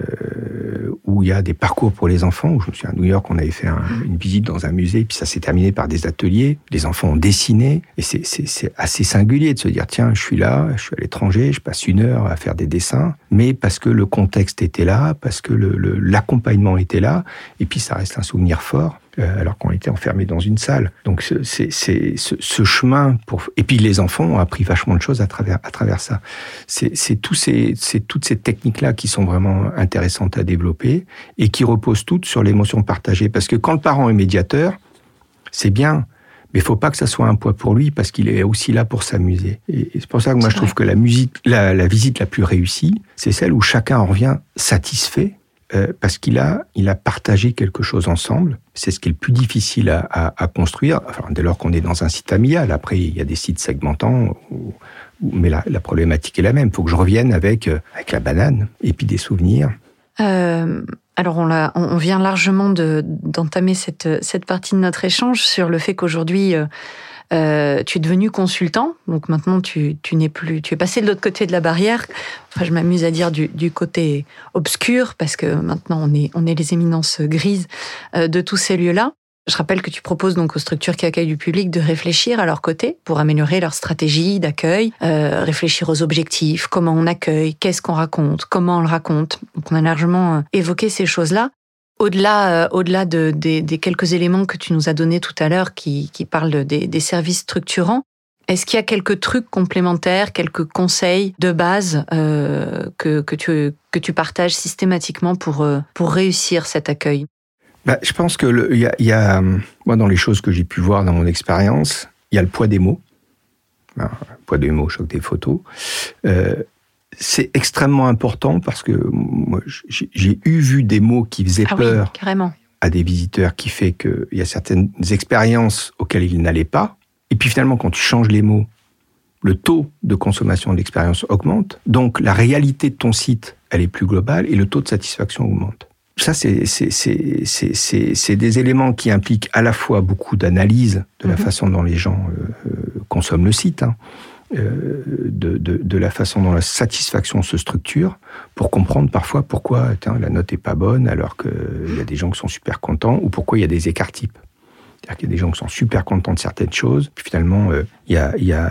euh, où il y a des parcours pour les enfants. Où je me souviens, à New York, on avait fait un, une visite dans un musée, puis ça s'est terminé par des ateliers. Les enfants ont dessiné, et c'est, c'est, c'est assez singulier de se dire, tiens, je suis là, je suis à l'étranger, je passe une heure à faire des dessins, mais parce que le contexte était là, parce que le, le, l'accompagnement était là, et puis ça reste un souvenir fort. Euh, alors qu'on était enfermés dans une salle. Donc c'est, c'est ce, ce chemin pour et puis les enfants ont appris vachement de choses à travers à travers ça. C'est, c'est tous ces c'est toutes ces techniques là qui sont vraiment intéressantes à développer et qui reposent toutes sur l'émotion partagée. Parce que quand le parent est médiateur, c'est bien. Mais il ne faut pas que ça soit un poids pour lui parce qu'il est aussi là pour s'amuser. Et c'est pour ça que moi je trouve que la musique, la, la visite la plus réussie, c'est celle où chacun en revient satisfait. Euh, parce qu'il a, il a partagé quelque chose ensemble. C'est ce qui est le plus difficile à, à, à construire, enfin, dès lors qu'on est dans un site familial. Après, il y a des sites segmentants, où, où, mais la, la problématique est la même. Il faut que je revienne avec, euh, avec la banane et puis des souvenirs. Euh, alors, on, l'a, on vient largement de, d'entamer cette, cette partie de notre échange sur le fait qu'aujourd'hui, euh, Euh, tu es devenu consultant, donc maintenant tu, tu n'es plus, tu es passé de l'autre côté de la barrière. Enfin, je m'amuse à dire du, du côté obscur parce que maintenant on est, on est les éminences grises euh, de tous ces lieux-là. Je rappelle que tu proposes donc aux structures qui accueillent du public de réfléchir à leur côté pour améliorer leur stratégie d'accueil, euh, réfléchir aux objectifs, comment on accueille, qu'est-ce qu'on raconte, comment on le raconte. Donc on a largement évoqué ces choses-là. Au-delà, euh, au-delà de, de, des quelques éléments que tu nous as donnés tout à l'heure qui, qui parlent des, des services structurants, est-ce qu'il y a quelques trucs complémentaires, quelques conseils de base euh, que, que, tu, que tu partages systématiquement pour, euh, pour réussir cet accueil ? Bah, je pense que le, y a, y a, moi, dans les choses que j'ai pu voir dans mon expérience, il y a le poids des mots. Ben, le poids des mots, choc des photos. Euh, C'est extrêmement important parce que moi, j'ai, j'ai eu vu des mots qui faisaient ah peur oui, carrément. à des visiteurs, qui fait qu'il y a certaines expériences auxquelles ils n'allaient pas. Et puis finalement, quand tu changes les mots, le taux de consommation de l'expérience augmente. Donc la réalité de ton site, elle est plus globale et le taux de satisfaction augmente. Ça, c'est, c'est, c'est, c'est, c'est, c'est des éléments qui impliquent à la fois beaucoup d'analyse de la mm-hmm. façon dont les gens euh, consomment le site, hein. Euh, de, de, de la façon dont la satisfaction se structure pour comprendre parfois pourquoi tiens, la note n'est pas bonne alors qu'il y a des gens qui sont super contents ou pourquoi il y a des écarts types. C'est-à-dire qu'il y a des gens qui sont super contents de certaines choses, puis finalement, euh, il, y a, il, y a,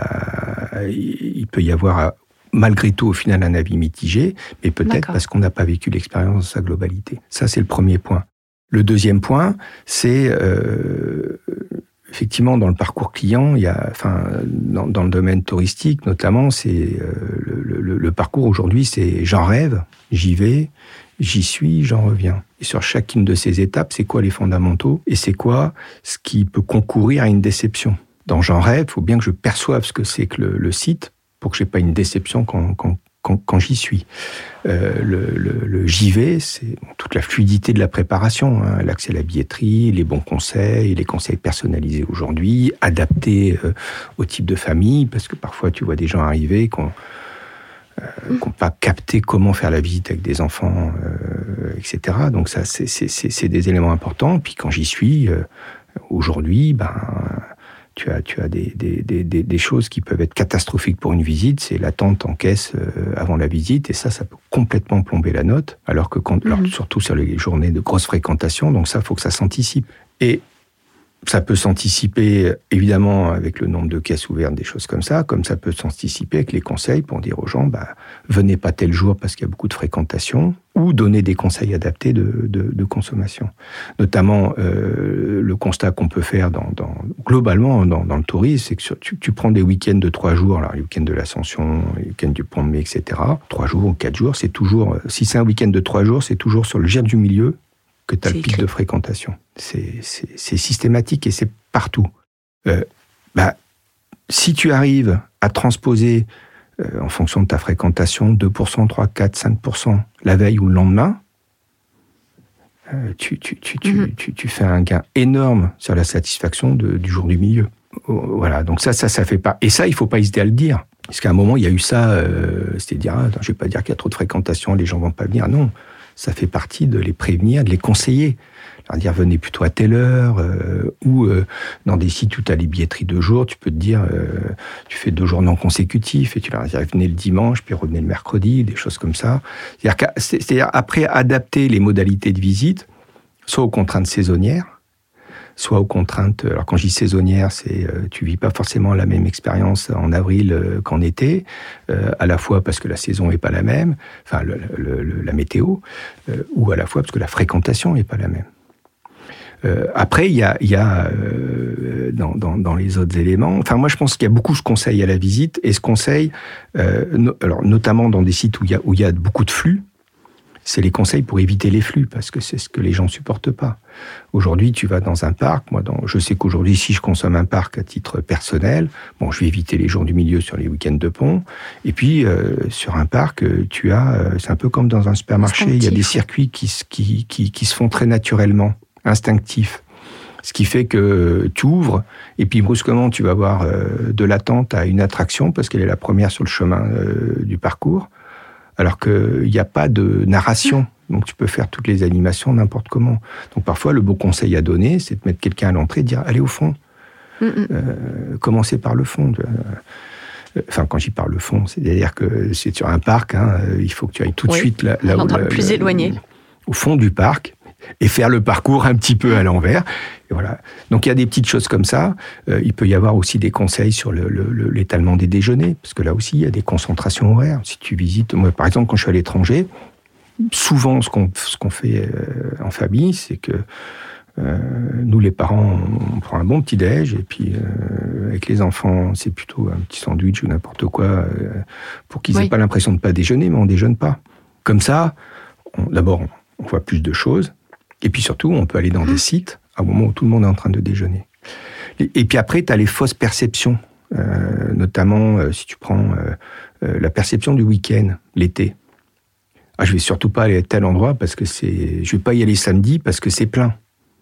il peut y avoir malgré tout au final un avis mitigé, mais peut-être D'accord. parce qu'on n'a pas vécu l'expérience dans sa globalité. Ça, c'est le premier point. Le deuxième point, c'est... Euh, Effectivement, dans le parcours client, il y a, enfin, dans, dans le domaine touristique notamment, c'est euh, le, le, le parcours aujourd'hui, c'est j'en rêve, j'y vais, j'y suis, j'en reviens. Et sur chacune de ces étapes, c'est quoi les fondamentaux et c'est quoi ce qui peut concourir à une déception. Dans J'en rêve, il faut bien que je perçoive ce que c'est que le, le site pour que je n'ai pas une déception quand, quand, quand, quand j'y suis. Euh, le, le, le j'y vais, c'est toute la fluidité de la préparation, hein, l'accès à la billetterie, les bons conseils, les conseils personnalisés aujourd'hui, adaptés euh, au type de famille, parce que parfois tu vois des gens arriver qui ont Euh, qui n'ont pas capté comment faire la visite avec des enfants, euh, et cetera. Donc ça, c'est, c'est, c'est, c'est des éléments importants. Puis quand j'y suis, euh, aujourd'hui, ben, tu as, tu as des, des, des, des choses qui peuvent être catastrophiques pour une visite. C'est l'attente en caisse euh, avant la visite, et ça, ça peut complètement plomber la note. Alors que, quand, mmh. alors, surtout sur les journées de grosse fréquentation, donc ça, il faut que ça s'anticipe. Et ça peut s'anticiper, évidemment, avec le nombre de caisses ouvertes, des choses comme ça, comme ça peut s'anticiper avec les conseils pour dire aux gens, bah, venez pas tel jour parce qu'il y a beaucoup de fréquentation, ou donner des conseils adaptés de, de, de consommation. Notamment, euh, le constat qu'on peut faire dans, dans, globalement dans, dans le tourisme, c'est que sur, tu, tu prends des week-ends de trois jours, alors les week-ends de l'Ascension, les week-ends du Pont de Mai, et cetera, trois jours ou quatre jours, c'est toujours, si c'est un week-end de trois jours, c'est toujours sur le G I R du milieu que tu as le pic de fréquentation. C'est, c'est, c'est systématique et c'est partout. Euh, bah, si tu arrives à transposer, euh, en fonction de ta fréquentation, deux pour cent, trois, quatre, cinq pour cent la veille ou le lendemain, euh, tu, tu, tu, tu, mm-hmm. tu, tu fais un gain énorme sur la satisfaction de, du jour du milieu. Voilà, donc ça, ça, ça fait pas... Et ça, il faut pas hésiter à le dire. Parce qu'à un moment, il y a eu ça, euh, c'était dire, ah, attends, je vais pas dire qu'il y a trop de fréquentation, les gens vont pas venir. Non. Ça fait partie de les prévenir, de les conseiller. Leur dire, venez plutôt à telle heure, euh, ou euh, dans des sites où tu as les billetteries de jour, tu peux te dire, euh, tu fais deux jours non consécutifs, et tu leur dis, venez le dimanche, puis revenez le mercredi, des choses comme ça. C'est-à-dire, c'est-à-dire après, adapter les modalités de visite, soit aux contraintes saisonnières, soit aux contraintes... Alors quand je dis saisonnière, c'est euh, tu vis pas forcément la même expérience en avril euh, qu'en été, euh, à la fois parce que la saison est pas la même, enfin le, le, le, la météo, euh, ou à la fois parce que la fréquentation est pas la même. Euh, après, il y a, y a euh, dans, dans, dans les autres éléments... Enfin, moi, je pense qu'il y a beaucoup de conseils à la visite, et ce conseil, euh, no, alors, notamment dans des sites où il y a, où il y a beaucoup de flux, c'est les conseils pour éviter les flux, parce que c'est ce que les gens ne supportent pas. Aujourd'hui, tu vas dans un parc. Moi, dans, je sais qu'aujourd'hui, si je consomme un parc à titre personnel, bon, je vais éviter les jours du milieu sur les week-ends de pont. Et puis, euh, sur un parc, tu as... Euh, c'est un peu comme dans un supermarché. Instinctif. Il y a des circuits qui, qui, qui, qui se font très naturellement, instinctifs. Ce qui fait que tu ouvres, et puis brusquement, tu vas avoir euh, de l'attente à une attraction, parce qu'elle est la première sur le chemin euh, du parcours. Alors qu'il n'y a pas de narration. Donc, tu peux faire toutes les animations n'importe comment. Donc, parfois, le beau conseil à donner, c'est de mettre quelqu'un à l'entrée et de dire « Allez au fond. Euh, » Commencez par le fond. Euh, enfin, quand j'y parle le fond, c'est-à-dire que c'est sur un parc, hein, il faut que tu ailles tout de oui. suite là, là où, le plus là, éloigné. Au fond du parc, et faire le parcours un petit peu à l'envers. Et voilà. Donc, il y a des petites choses comme ça. Euh, il peut y avoir aussi des conseils sur le, le, l'étalement des déjeuners, parce que là aussi, il y a des concentrations horaires. Si tu visites... Moi, par exemple, quand je suis à l'étranger, souvent, ce qu'on, ce qu'on fait euh, en famille, c'est que euh, nous, les parents, on prend un bon petit-déj, et puis euh, avec les enfants, c'est plutôt un petit sandwich ou n'importe quoi, euh, pour qu'ils n'aient oui. pas l'impression de ne pas déjeuner, mais on ne déjeune pas. Comme ça, on, d'abord, on voit plus de choses, et puis surtout, on peut aller dans mmh. des sites à un moment où tout le monde est en train de déjeuner. Et, et puis après, tu as les fausses perceptions, euh, notamment euh, si tu prends euh, euh, la perception du week-end, l'été. Ah, je vais surtout pas aller à tel endroit parce que c'est... Je vais pas y aller samedi parce que c'est plein.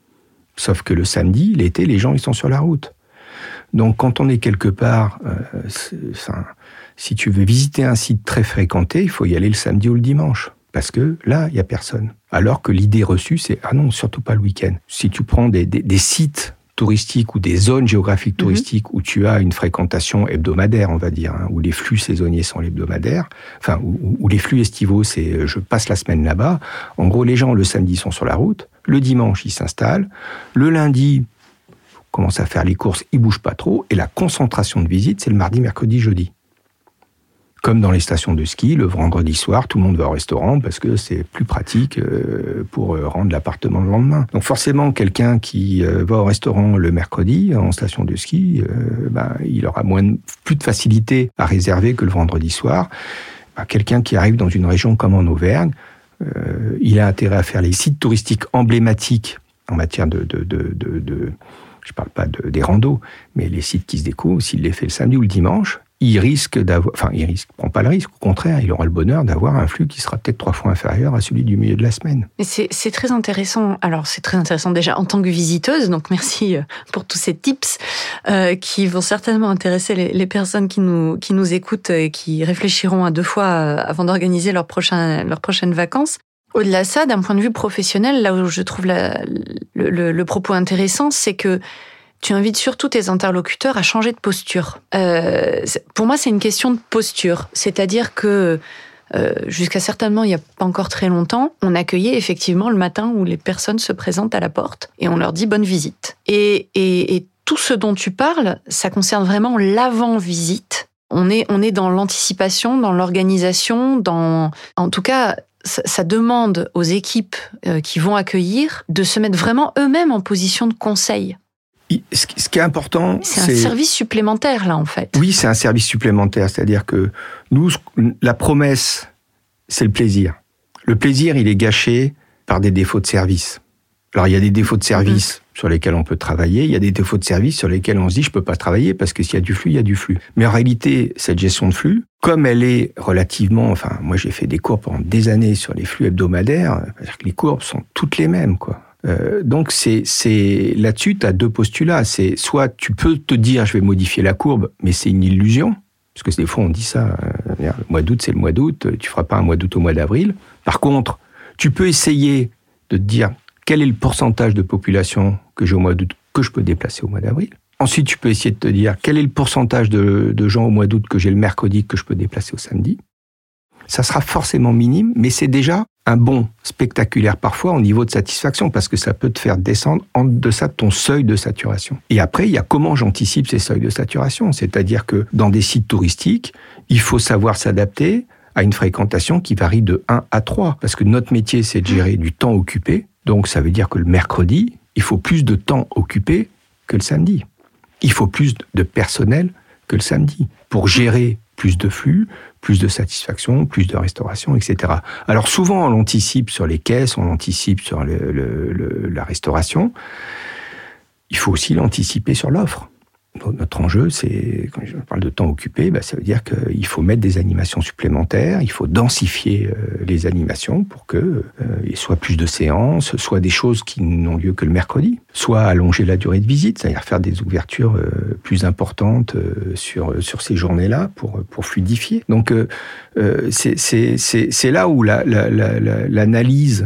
Sauf que le samedi, l'été, les gens, ils sont sur la route. Donc, quand on est quelque part, euh, enfin, si tu veux visiter un site très fréquenté, il faut y aller le samedi ou le dimanche. Parce que là, il n'y a personne. Alors que l'idée reçue, c'est « Ah non, surtout pas le week-end ». Si tu prends des, des, des sites touristiques ou des zones géographiques touristiques mmh. où tu as une fréquentation hebdomadaire, on va dire, hein, où les flux saisonniers sont hebdomadaires, enfin, où, où les flux estivaux, c'est « je passe la semaine là-bas ». En gros, les gens, le samedi, sont sur la route. Le dimanche, ils s'installent. Le lundi, on commence à faire les courses, ils ne bougent pas trop. Et la concentration de visite, c'est le mardi, mercredi, jeudi. Comme dans les stations de ski, le vendredi soir, tout le monde va au restaurant parce que c'est plus pratique pour rendre l'appartement le lendemain. Donc forcément, quelqu'un qui va au restaurant le mercredi en station de ski, ben, il aura moins de, plus de facilité à réserver que le vendredi soir. Ben, quelqu'un qui arrive dans une région comme en Auvergne, Euh, il a intérêt à faire les sites touristiques emblématiques en matière de... de, de, de, de je ne parle pas de, des randos, mais les sites qui se découvrent, s'il les fait le samedi ou le dimanche, il risque d'avoir... Enfin, il risque, prend pas le risque. Au contraire, il aura le bonheur d'avoir un flux qui sera peut-être trois fois inférieur à celui du milieu de la semaine. Mais c'est, c'est très intéressant. Alors, c'est très intéressant déjà en tant que visiteuse, donc merci pour tous ces tips euh, qui vont certainement intéresser les, les personnes qui nous, qui nous écoutent et qui réfléchiront à deux fois avant d'organiser leurs prochain, leurs prochaines vacances. Au-delà de ça, d'un point de vue professionnel, là où je trouve la, le, le, le propos intéressant, c'est que tu invites surtout tes interlocuteurs à changer de posture. Euh, pour moi, c'est une question de posture. C'est-à-dire que euh, jusqu'à certainement, il n'y a pas encore très longtemps, on accueillait effectivement le matin où les personnes se présentent à la porte et on leur dit bonne visite. Et, et, et tout ce dont tu parles, ça concerne vraiment l'avant-visite. On est, on est dans l'anticipation, dans l'organisation, dans, en tout cas... Ça demande aux équipes qui vont accueillir de se mettre vraiment eux-mêmes en position de conseil. Ce qui est important, c'est... C'est un service supplémentaire, là, en fait. Oui, c'est un service supplémentaire. C'est-à-dire que nous, la promesse, c'est le plaisir. Le plaisir, il est gâché par des défauts de service. Alors, il y a des défauts de service mmh. sur lesquels on peut travailler. Il y a des défauts de service sur lesquels on se dit je peux pas travailler parce que s'il y a du flux, il y a du flux. Mais en réalité, cette gestion de flux, comme elle est relativement... Enfin, moi, j'ai fait des cours pendant des années sur les flux hebdomadaires. C'est-à-dire que les courbes sont toutes les mêmes, quoi. Euh, donc, c'est, c'est là-dessus, tu as deux postulats. C'est soit tu peux te dire je vais modifier la courbe, mais c'est une illusion. Parce que des fois, on dit ça. Euh, le mois d'août, c'est le mois d'août. Tu feras pas un mois d'août au mois d'avril. Par contre, tu peux essayer de te dire... Quel est le pourcentage de population que j'ai au mois d'août que je peux déplacer au mois d'avril ? Ensuite, tu peux essayer de te dire quel est le pourcentage de, de gens au mois d'août que j'ai le mercredi que je peux déplacer au samedi. Ça sera forcément minime, mais c'est déjà un bond spectaculaire parfois au niveau de satisfaction parce que ça peut te faire descendre en deçà de ton seuil de saturation. Et après, il y a comment j'anticipe ces seuils de saturation. C'est-à-dire que dans des sites touristiques, il faut savoir s'adapter à une fréquentation qui varie de un à trois. Parce que notre métier, c'est de gérer du temps occupé. Donc, ça veut dire que le mercredi, il faut plus de temps occupé que le samedi. Il faut plus de personnel que le samedi pour gérer plus de flux, plus de satisfaction, plus de restauration, et cetera. Alors, souvent, on l'anticipe sur les caisses, on l'anticipe sur le, le, le, la restauration. Il faut aussi l'anticiper sur l'offre. Notre enjeu, c'est, quand je parle de temps occupé, bah, ça veut dire qu'il faut mettre des animations supplémentaires, il faut densifier euh, les animations pour qu'il euh, y ait soit plus de séances, soit des choses qui n'ont lieu que le mercredi, soit allonger la durée de visite, c'est-à-dire faire des ouvertures euh, plus importantes euh, sur, sur ces journées-là pour, pour fluidifier. Donc, euh, euh, c'est, c'est, c'est, c'est là où la, la, la, la, l'analyse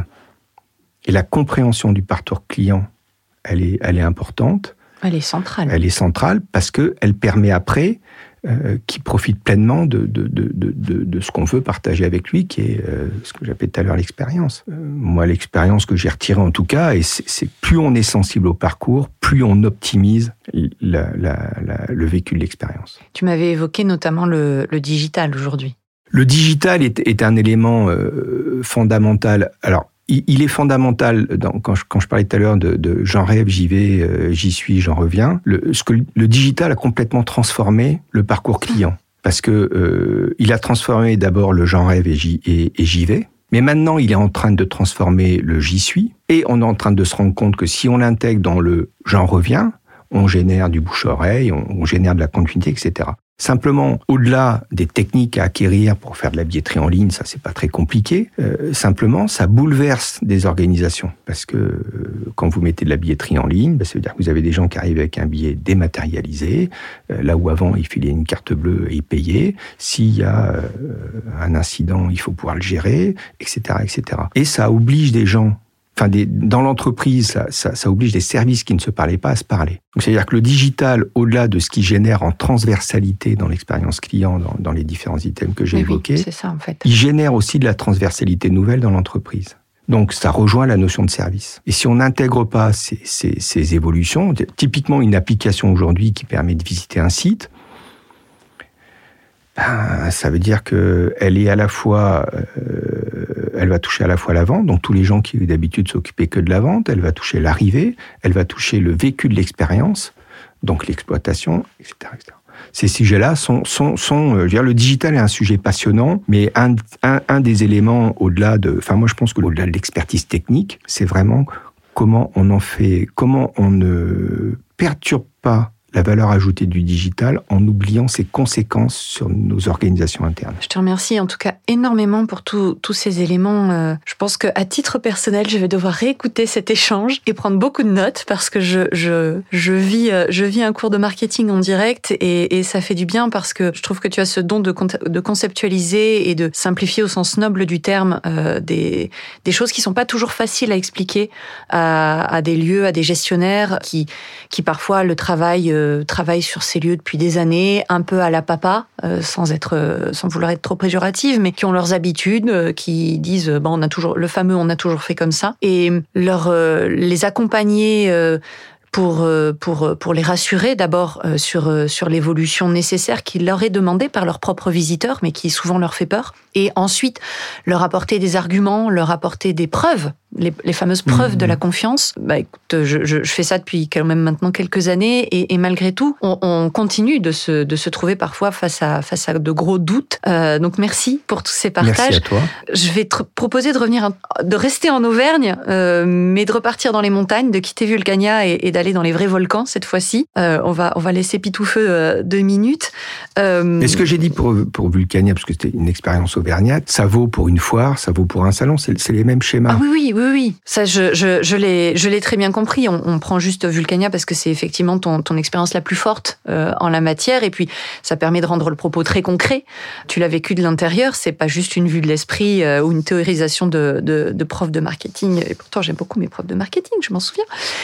et la compréhension du parcours client, elle est, elle est importante. Elle est centrale. Elle est centrale parce qu'elle permet après euh, qu'il profite pleinement de, de, de, de, de ce qu'on veut partager avec lui, qui est euh, ce que j'appelais tout à l'heure l'expérience. Euh, moi, l'expérience que j'ai retirée en tout cas, et c'est, c'est plus on est sensible au parcours, plus on optimise la, la, la, le vécu de l'expérience. Tu m'avais évoqué notamment le, le digital aujourd'hui. Le digital est, est un élément euh, fondamental. Alors, il est fondamental, dans, quand, je, quand je parlais tout à l'heure de, de j'en rêve, j'y vais, euh, j'y suis, j'en reviens. Le, ce que le digital a complètement transformé le parcours client. Parce que euh, il a transformé d'abord le j'en rêve et j'y, et, et j'y vais. Mais maintenant, il est en train de transformer le j'y suis. Et on est en train de se rendre compte que si on l'intègre dans le j'en reviens, on génère du bouche-oreille, on, on génère de la continuité, et cetera. Simplement, au-delà des techniques à acquérir pour faire de la billetterie en ligne, ça c'est pas très compliqué. Euh, simplement, ça bouleverse des organisations parce que euh, quand vous mettez de la billetterie en ligne, bah, ça veut dire que vous avez des gens qui arrivent avec un billet dématérialisé, euh, là où avant il filait une carte bleue et il payait. S'il y a euh, un incident, il faut pouvoir le gérer, et cetera, et cetera. Et ça oblige des gens. Enfin, des, dans l'entreprise, ça, ça, ça oblige des services qui ne se parlaient pas à se parler. Donc, c'est-à-dire que le digital, au-delà de ce qu'il génère en transversalité dans l'expérience client, dans, dans les différents items que j'ai oui, évoqués, oui, c'est ça, en fait. Il génère aussi de la transversalité nouvelle dans l'entreprise. Donc, ça rejoint la notion de service. Et si on n'intègre pas ces, ces, ces évolutions, typiquement une application aujourd'hui qui permet de visiter un site, ben, ça veut dire qu'elle est à la fois... Euh, elle va toucher à la fois la vente, donc tous les gens qui d'habitude s'occupaient que de la vente, elle va toucher l'arrivée, elle va toucher le vécu de l'expérience, donc l'exploitation, et cetera, et cetera. ces sujets-là sont, sont, sont je veux dire, le digital est un sujet passionnant, mais un, un, un des éléments au-delà de, enfin moi je pense que au-delà de l'expertise technique, c'est vraiment comment on en fait, comment on ne perturbe pas la valeur ajoutée du digital en oubliant ses conséquences sur nos organisations internes. Je te remercie en tout cas énormément pour tous ces éléments. Euh, je pense qu'à titre personnel, je vais devoir réécouter cet échange et prendre beaucoup de notes parce que je, je, je, vis, je vis un cours de marketing en direct et, et ça fait du bien parce que je trouve que tu as ce don de, de conceptualiser et de simplifier au sens noble du terme euh, des, des choses qui ne sont pas toujours faciles à expliquer à, à des lieux, à des gestionnaires qui, qui parfois le travaillent euh, travaillent sur ces lieux depuis des années, un peu à la papa, euh, sans être, euh, sans vouloir être trop péjorative, mais qui ont leurs habitudes, euh, qui disent, bon, on a toujours le fameux, on a toujours fait comme ça, et leur euh, les accompagner. Euh, Pour, pour, pour les rassurer d'abord sur, sur l'évolution nécessaire qui leur est demandée par leurs propres visiteurs, mais qui souvent leur fait peur. Et ensuite, leur apporter des arguments, leur apporter des preuves, les, les fameuses preuves mmh. de la confiance. Bah, écoute, je, je, je fais ça depuis quand même maintenant quelques années et, et malgré tout, on, on continue de se, de se trouver parfois face à, face à de gros doutes. Euh, donc merci pour tous ces partages. Merci à toi. Je vais te proposer de revenir, de rester en Auvergne, euh, mais de repartir dans les montagnes, de quitter Vulcania et, et d'aller dans les vrais volcans cette fois-ci. Euh, on va, on va laisser Pitoufeu euh, deux minutes. Euh... Et ce que j'ai dit pour, pour Vulcania, parce que c'était une expérience auvergnate, ça vaut pour une foire, ça vaut pour un salon, c'est, c'est les mêmes schémas. Ah oui, oui, oui, oui. Ça, je, je, je, l'ai, je l'ai très bien compris. On, on prend juste Vulcania parce que c'est effectivement ton, ton expérience la plus forte euh, en la matière. Et puis, ça permet de rendre le propos très concret. Tu l'as vécu de l'intérieur. C'est pas juste une vue de l'esprit euh, ou une théorisation de, de, de prof de marketing. Et pourtant, j'aime beaucoup mes profs de marketing, je m'en souviens.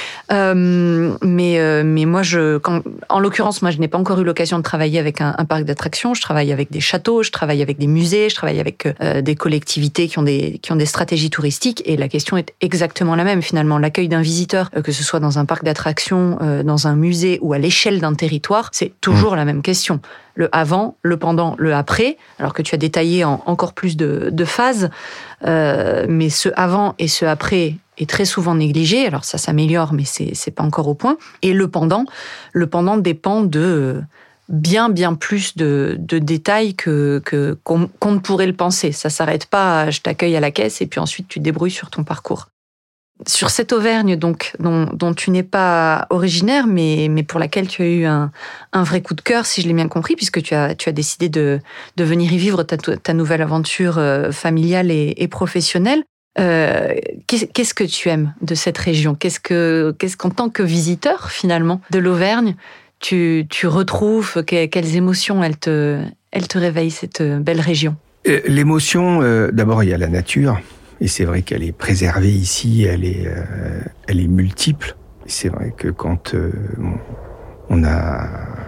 Euh, mais, euh, mais moi, je, quand, en l'occurrence, moi, je n'ai pas encore eu l'occasion de travailler avec un, un parc d'attractions. Je travaille avec des châteaux, je travaille avec des musées, je travaille avec euh, des collectivités qui ont des, qui ont des stratégies touristiques. Et la question est exactement la même, finalement. L'accueil d'un visiteur, euh, que ce soit dans un parc d'attractions, euh, dans un musée ou à l'échelle d'un territoire, c'est toujours mmh. la même question. Le avant, le pendant, le après, alors que tu as détaillé en encore plus de, de phases. Euh, mais ce avant et ce après est très souvent négligé. Alors ça s'améliore, mais c'est, c'est pas encore au point. Et le pendant, le pendant dépend de bien, bien plus de, de détails que, que, qu'on, qu'on ne pourrait le penser. Ça s'arrête pas à « je t'accueille à la caisse » et puis ensuite tu te débrouilles sur ton parcours. Sur cette Auvergne donc, dont, dont tu n'es pas originaire, mais, mais pour laquelle tu as eu un, un vrai coup de cœur, si je l'ai bien compris, puisque tu as, tu as décidé de, de venir y vivre ta, ta nouvelle aventure familiale et, et professionnelle. Euh, qu'est-ce, qu'est-ce que tu aimes de cette région ? Qu'est-ce que, qu'est-ce qu'en tant que visiteur, finalement, de l'Auvergne, tu, tu retrouves ? que, Quelles émotions elle te, elle te réveille, cette belle région ? L'émotion, euh, d'abord, il y a la nature. Et c'est vrai qu'elle est préservée ici, elle est, euh, elle est multiple. Et c'est vrai que quand euh, on a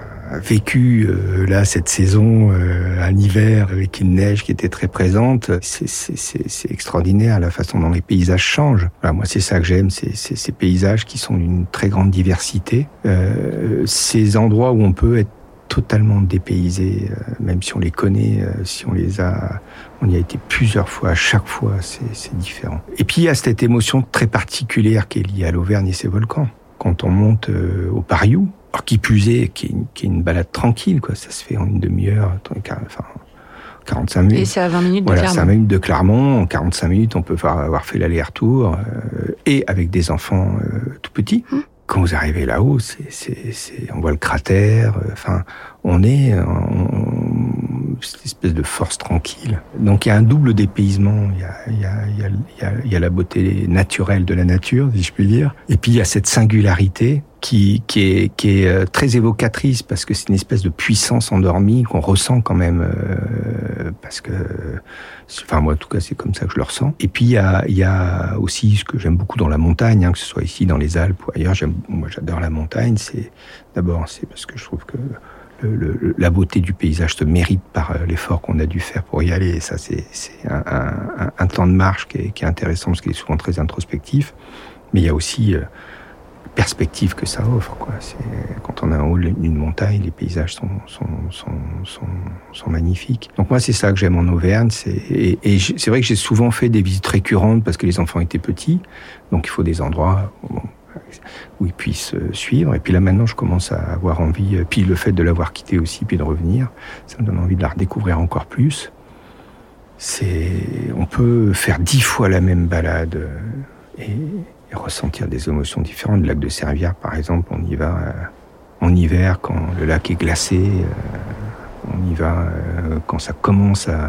vécu euh, là cette saison, euh, un hiver avec une neige qui était très présente, c'est, c'est, c'est, c'est extraordinaire la façon dont les paysages changent. Voilà, moi c'est ça que j'aime, c'est, c'est ces paysages qui sont d'une très grande diversité. Euh, ces endroits où on peut être totalement dépaysé, euh, même si on les connaît, euh, si on les a, on y a été plusieurs fois, à chaque fois, c'est, c'est différent. Et puis il y a cette émotion très particulière qui est liée à l'Auvergne et ses volcans. Quand on monte euh, au Pariou, alors qui plus est, qui est, une, qui est une balade tranquille, quoi, ça se fait en une demi-heure, enfin quarante-cinq minutes. Et c'est à vingt minutes de voilà, Clermont. C'est à vingt minutes de Clermont. En quarante-cinq minutes, on peut avoir fait l'aller-retour, euh, et avec des enfants euh, tout petits. Hum. Quand vous arrivez là-haut, c'est, c'est, c'est, on voit le cratère. Enfin, on est on, cette espèce de force tranquille. Donc il y a un double dépaysement. Il y a, il y a, il y a, il y a, il y a la beauté naturelle de la nature, si je puis dire. Et puis il y a cette singularité qui, qui est, qui est très évocatrice parce que c'est une espèce de puissance endormie qu'on ressent quand même. Euh, parce que, enfin moi en tout cas c'est comme ça que je le ressens. Et puis il y a, il y a aussi ce que j'aime beaucoup dans la montagne, hein, que ce soit ici dans les Alpes ou ailleurs. J'aime, moi j'adore la montagne. C'est d'abord c'est parce que je trouve que Le, le, la beauté du paysage se mérite par l'effort qu'on a dû faire pour y aller. Et ça, c'est, c'est un, un, un temps de marche qui est, qui est intéressant parce qu'il est souvent très introspectif. Mais il y a aussi euh, perspective que ça offre, quoi. C'est, quand on est en haut d'une montagne, les paysages sont, sont, sont, sont, sont magnifiques. Donc moi, c'est ça que j'aime en Auvergne. C'est, et, et c'est vrai que j'ai souvent fait des visites récurrentes parce que les enfants étaient petits. Donc il faut des endroits... Bon, où ils puissent suivre. Et puis là, maintenant, je commence à avoir envie, puis le fait de l'avoir quitté aussi, puis de revenir, ça me donne envie de la redécouvrir encore plus. C'est, on peut faire dix fois la même balade et, et ressentir des émotions différentes. Le lac de Servières, par exemple, on y va en hiver quand le lac est glacé. On y va quand ça commence à,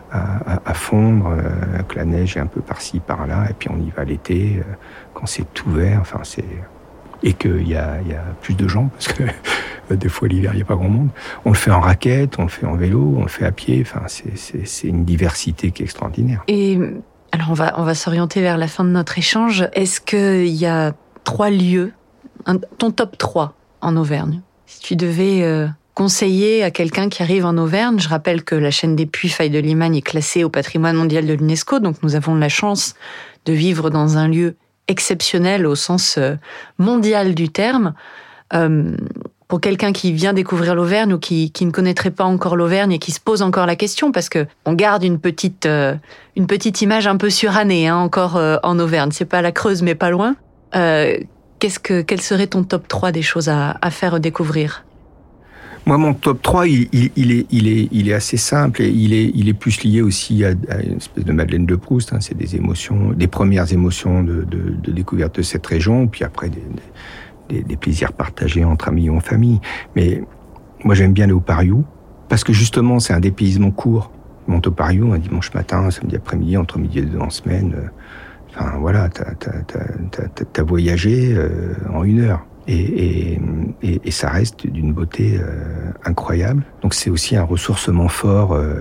à, à fondre, que la neige est un peu par-ci, par-là. Et puis on y va l'été quand c'est tout vert. Enfin, c'est... Et qu'il y a, y a plus de gens, parce que des fois l'hiver, il n'y a pas grand monde. On le fait en raquette, on le fait en vélo, on le fait à pied. Enfin, c'est, c'est, c'est une diversité qui est extraordinaire. Et alors, on va, on va s'orienter vers la fin de notre échange. Est-ce qu'il y a trois lieux, un, ton top trois en Auvergne? Si tu devais euh, conseiller à quelqu'un qui arrive en Auvergne, je rappelle que la chaîne des Puys Faille de Limagne est classée au patrimoine mondial de l'UNESCO, donc nous avons la chance de vivre dans un lieu exceptionnel au sens mondial du terme. Euh, pour quelqu'un qui vient découvrir l'Auvergne ou qui, qui ne connaîtrait pas encore l'Auvergne et qui se pose encore la question, parce que on garde une petite, euh, une petite image un peu surannée hein, encore euh, en Auvergne. C'est pas la Creuse, mais pas loin. Euh, qu'est-ce que, quel serait ton top trois des choses à, à faire découvrir ? Moi, mon top trois, il, il, il, est, il, est, il est assez simple et il est, il est plus lié aussi à, à une espèce de Madeleine de Proust. Hein. C'est des émotions, des premières émotions de, de, de découverte de cette région, puis après des, des, des plaisirs partagés entre amis ou en famille. Mais moi, j'aime bien aller au Pariou, parce que justement, c'est un dépaysement court. Je monte au Pariou un dimanche matin, un samedi après-midi, entre midi et deux en semaine. Enfin, voilà, t'as, t'as, t'as, t'as, t'as voyagé euh, en une heure. Et, et, et, et ça reste d'une beauté euh, incroyable. Donc c'est aussi un ressourcement fort euh,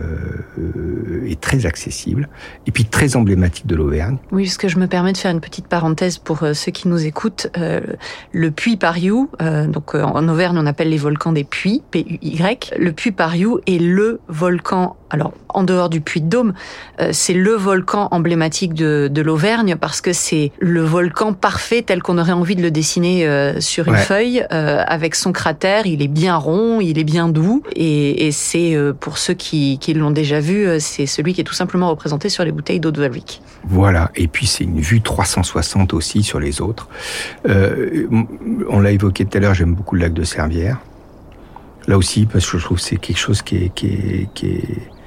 euh, et très accessible. Et puis très emblématique de l'Auvergne. Oui, parce que je me permets de faire une petite parenthèse pour euh, ceux qui nous écoutent. Euh, le Puy Pariou, euh, donc euh, en Auvergne on appelle les volcans des Puys, P U Y. Le Puy Pariou est le volcan, alors en dehors du Puy-de-Dôme, euh, c'est le volcan emblématique de, de l'Auvergne parce que c'est le volcan parfait tel qu'on aurait envie de le dessiner euh, sur une ouais. feuille, euh, avec son cratère. Il est bien rond, il est bien doux, et, et c'est euh, pour ceux qui, qui l'ont déjà vu, c'est celui qui est tout simplement représenté sur les bouteilles d'eau de Warwick. Voilà, et puis c'est une vue trois cent soixante aussi sur les autres. Euh, on l'a évoqué tout à l'heure, j'aime beaucoup le lac de Servières. Là aussi, parce que je trouve que c'est quelque chose qui est, qui est, qui est,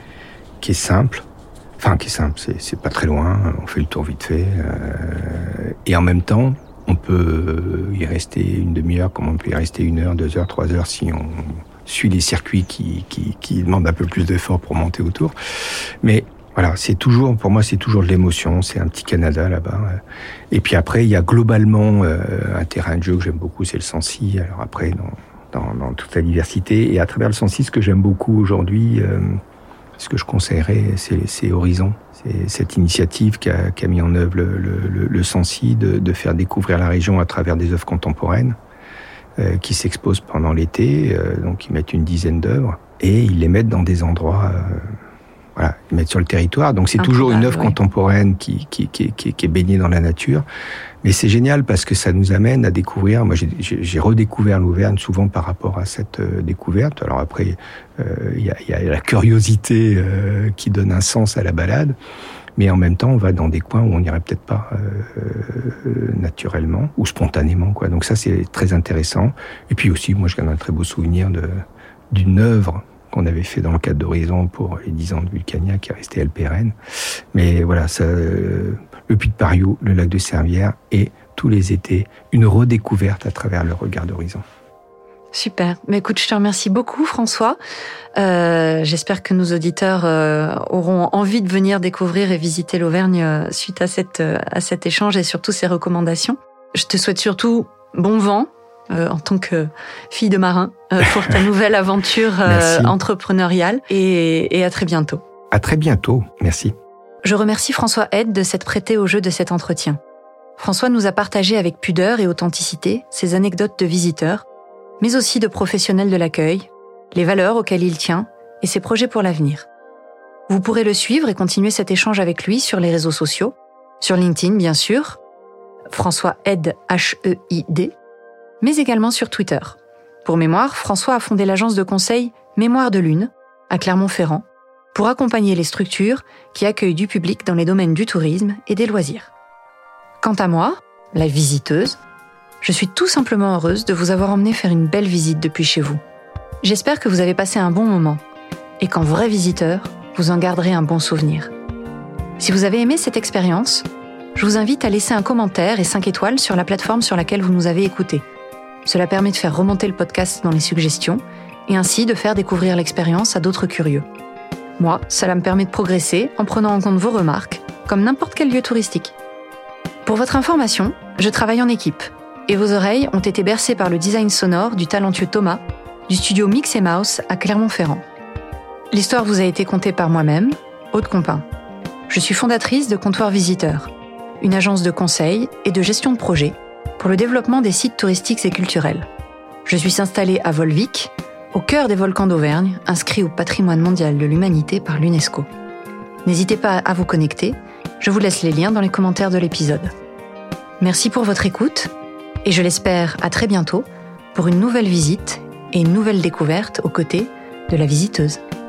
qui est simple. Enfin, qui est simple, c'est, c'est pas très loin, on fait le tour vite fait. Euh, et en même temps, on peut y rester une demi-heure, comme on peut y rester une heure, deux heures, trois heures, si on suit les circuits qui, qui, qui demandent un peu plus d'efforts pour monter autour. Mais voilà, c'est toujours, pour moi, c'est toujours de l'émotion. C'est un petit Canada là-bas. Et puis après, il y a globalement euh, un terrain de jeu que j'aime beaucoup, c'est le Sancy. Alors après, dans, dans, dans toute la diversité. Et à travers le Sancy, ce que j'aime beaucoup aujourd'hui, euh, ce que je conseillerais, c'est, c'est Horizon. C'est cette initiative qu'a, qu'a mis en œuvre le, le, le Sancy de, de faire découvrir la région à travers des œuvres contemporaines euh, qui s'exposent pendant l'été. Euh, donc ils mettent une dizaine d'œuvres et ils les mettent dans des endroits, euh, voilà, ils mettent sur le territoire. Donc c'est un toujours une œuvre ouais. contemporaine qui, qui, qui, qui, qui est baignée dans la nature. Mais c'est génial parce que ça nous amène à découvrir. Moi, j'ai, j'ai redécouvert l'Auvergne souvent par rapport à cette euh, découverte. Alors après, il euh, y, a, y a la curiosité euh, qui donne un sens à la balade, mais en même temps, on va dans des coins où on n'irait peut-être pas euh, naturellement ou spontanément, quoi. Donc ça, c'est très intéressant. Et puis aussi, moi, je garde un très beau souvenir de d'une œuvre qu'on avait fait dans le cadre d'Horizon pour les dix ans de Vulcania, qui est resté elle pérenne. Mais voilà, ça. Euh, le Puy de Pariou, le lac de Servières et tous les étés, une redécouverte à travers le regard d'Horizon. Super. Mais écoute, je te remercie beaucoup, François. Euh, j'espère que nos auditeurs euh, auront envie de venir découvrir et visiter l'Auvergne euh, suite à, cette, euh, à cet échange et surtout ces recommandations. Je te souhaite surtout bon vent euh, en tant que fille de marin euh, pour ta nouvelle aventure euh, entrepreneuriale et, et à très bientôt. À très bientôt. Merci. Je remercie François Head de s'être prêté au jeu de cet entretien. François nous a partagé avec pudeur et authenticité ses anecdotes de visiteurs, mais aussi de professionnels de l'accueil, les valeurs auxquelles il tient et ses projets pour l'avenir. Vous pourrez le suivre et continuer cet échange avec lui sur les réseaux sociaux, sur LinkedIn bien sûr, François Head, H E I D, mais également sur Twitter. Pour mémoire, François a fondé l'agence de conseil Mémoire de Lune, à Clermont-Ferrand, pour accompagner les structures qui accueillent du public dans les domaines du tourisme et des loisirs. Quant à moi, la visiteuse, Je suis tout simplement heureuse de vous avoir emmené faire une belle visite depuis chez vous. J'espère que vous avez passé un bon moment et qu'en vrai visiteur, vous en garderez un bon souvenir. Si vous avez aimé cette expérience, je vous invite à laisser un commentaire et cinq étoiles sur la plateforme sur laquelle vous nous avez écoutés. Cela permet de faire remonter le podcast dans les suggestions et ainsi de faire découvrir l'expérience à d'autres curieux. Moi, cela me permet de progresser en prenant en compte vos remarques, comme n'importe quel lieu touristique. Pour votre information, je travaille en équipe et vos oreilles ont été bercées par le design sonore du talentueux Thomas du studio Mix et Mouse à Clermont-Ferrand. L'histoire vous a été contée par moi-même, Aude Compin. Je suis fondatrice de Comptoir Visiteur, une agence de conseil et de gestion de projet pour le développement des sites touristiques et culturels. Je suis installée à Volvic, au cœur des volcans d'Auvergne, inscrits au patrimoine mondial de l'humanité par l'UNESCO. N'hésitez pas à vous connecter, je vous laisse les liens dans les commentaires de l'épisode. Merci pour votre écoute, et je l'espère à très bientôt pour une nouvelle visite et une nouvelle découverte aux côtés de la visiteuse.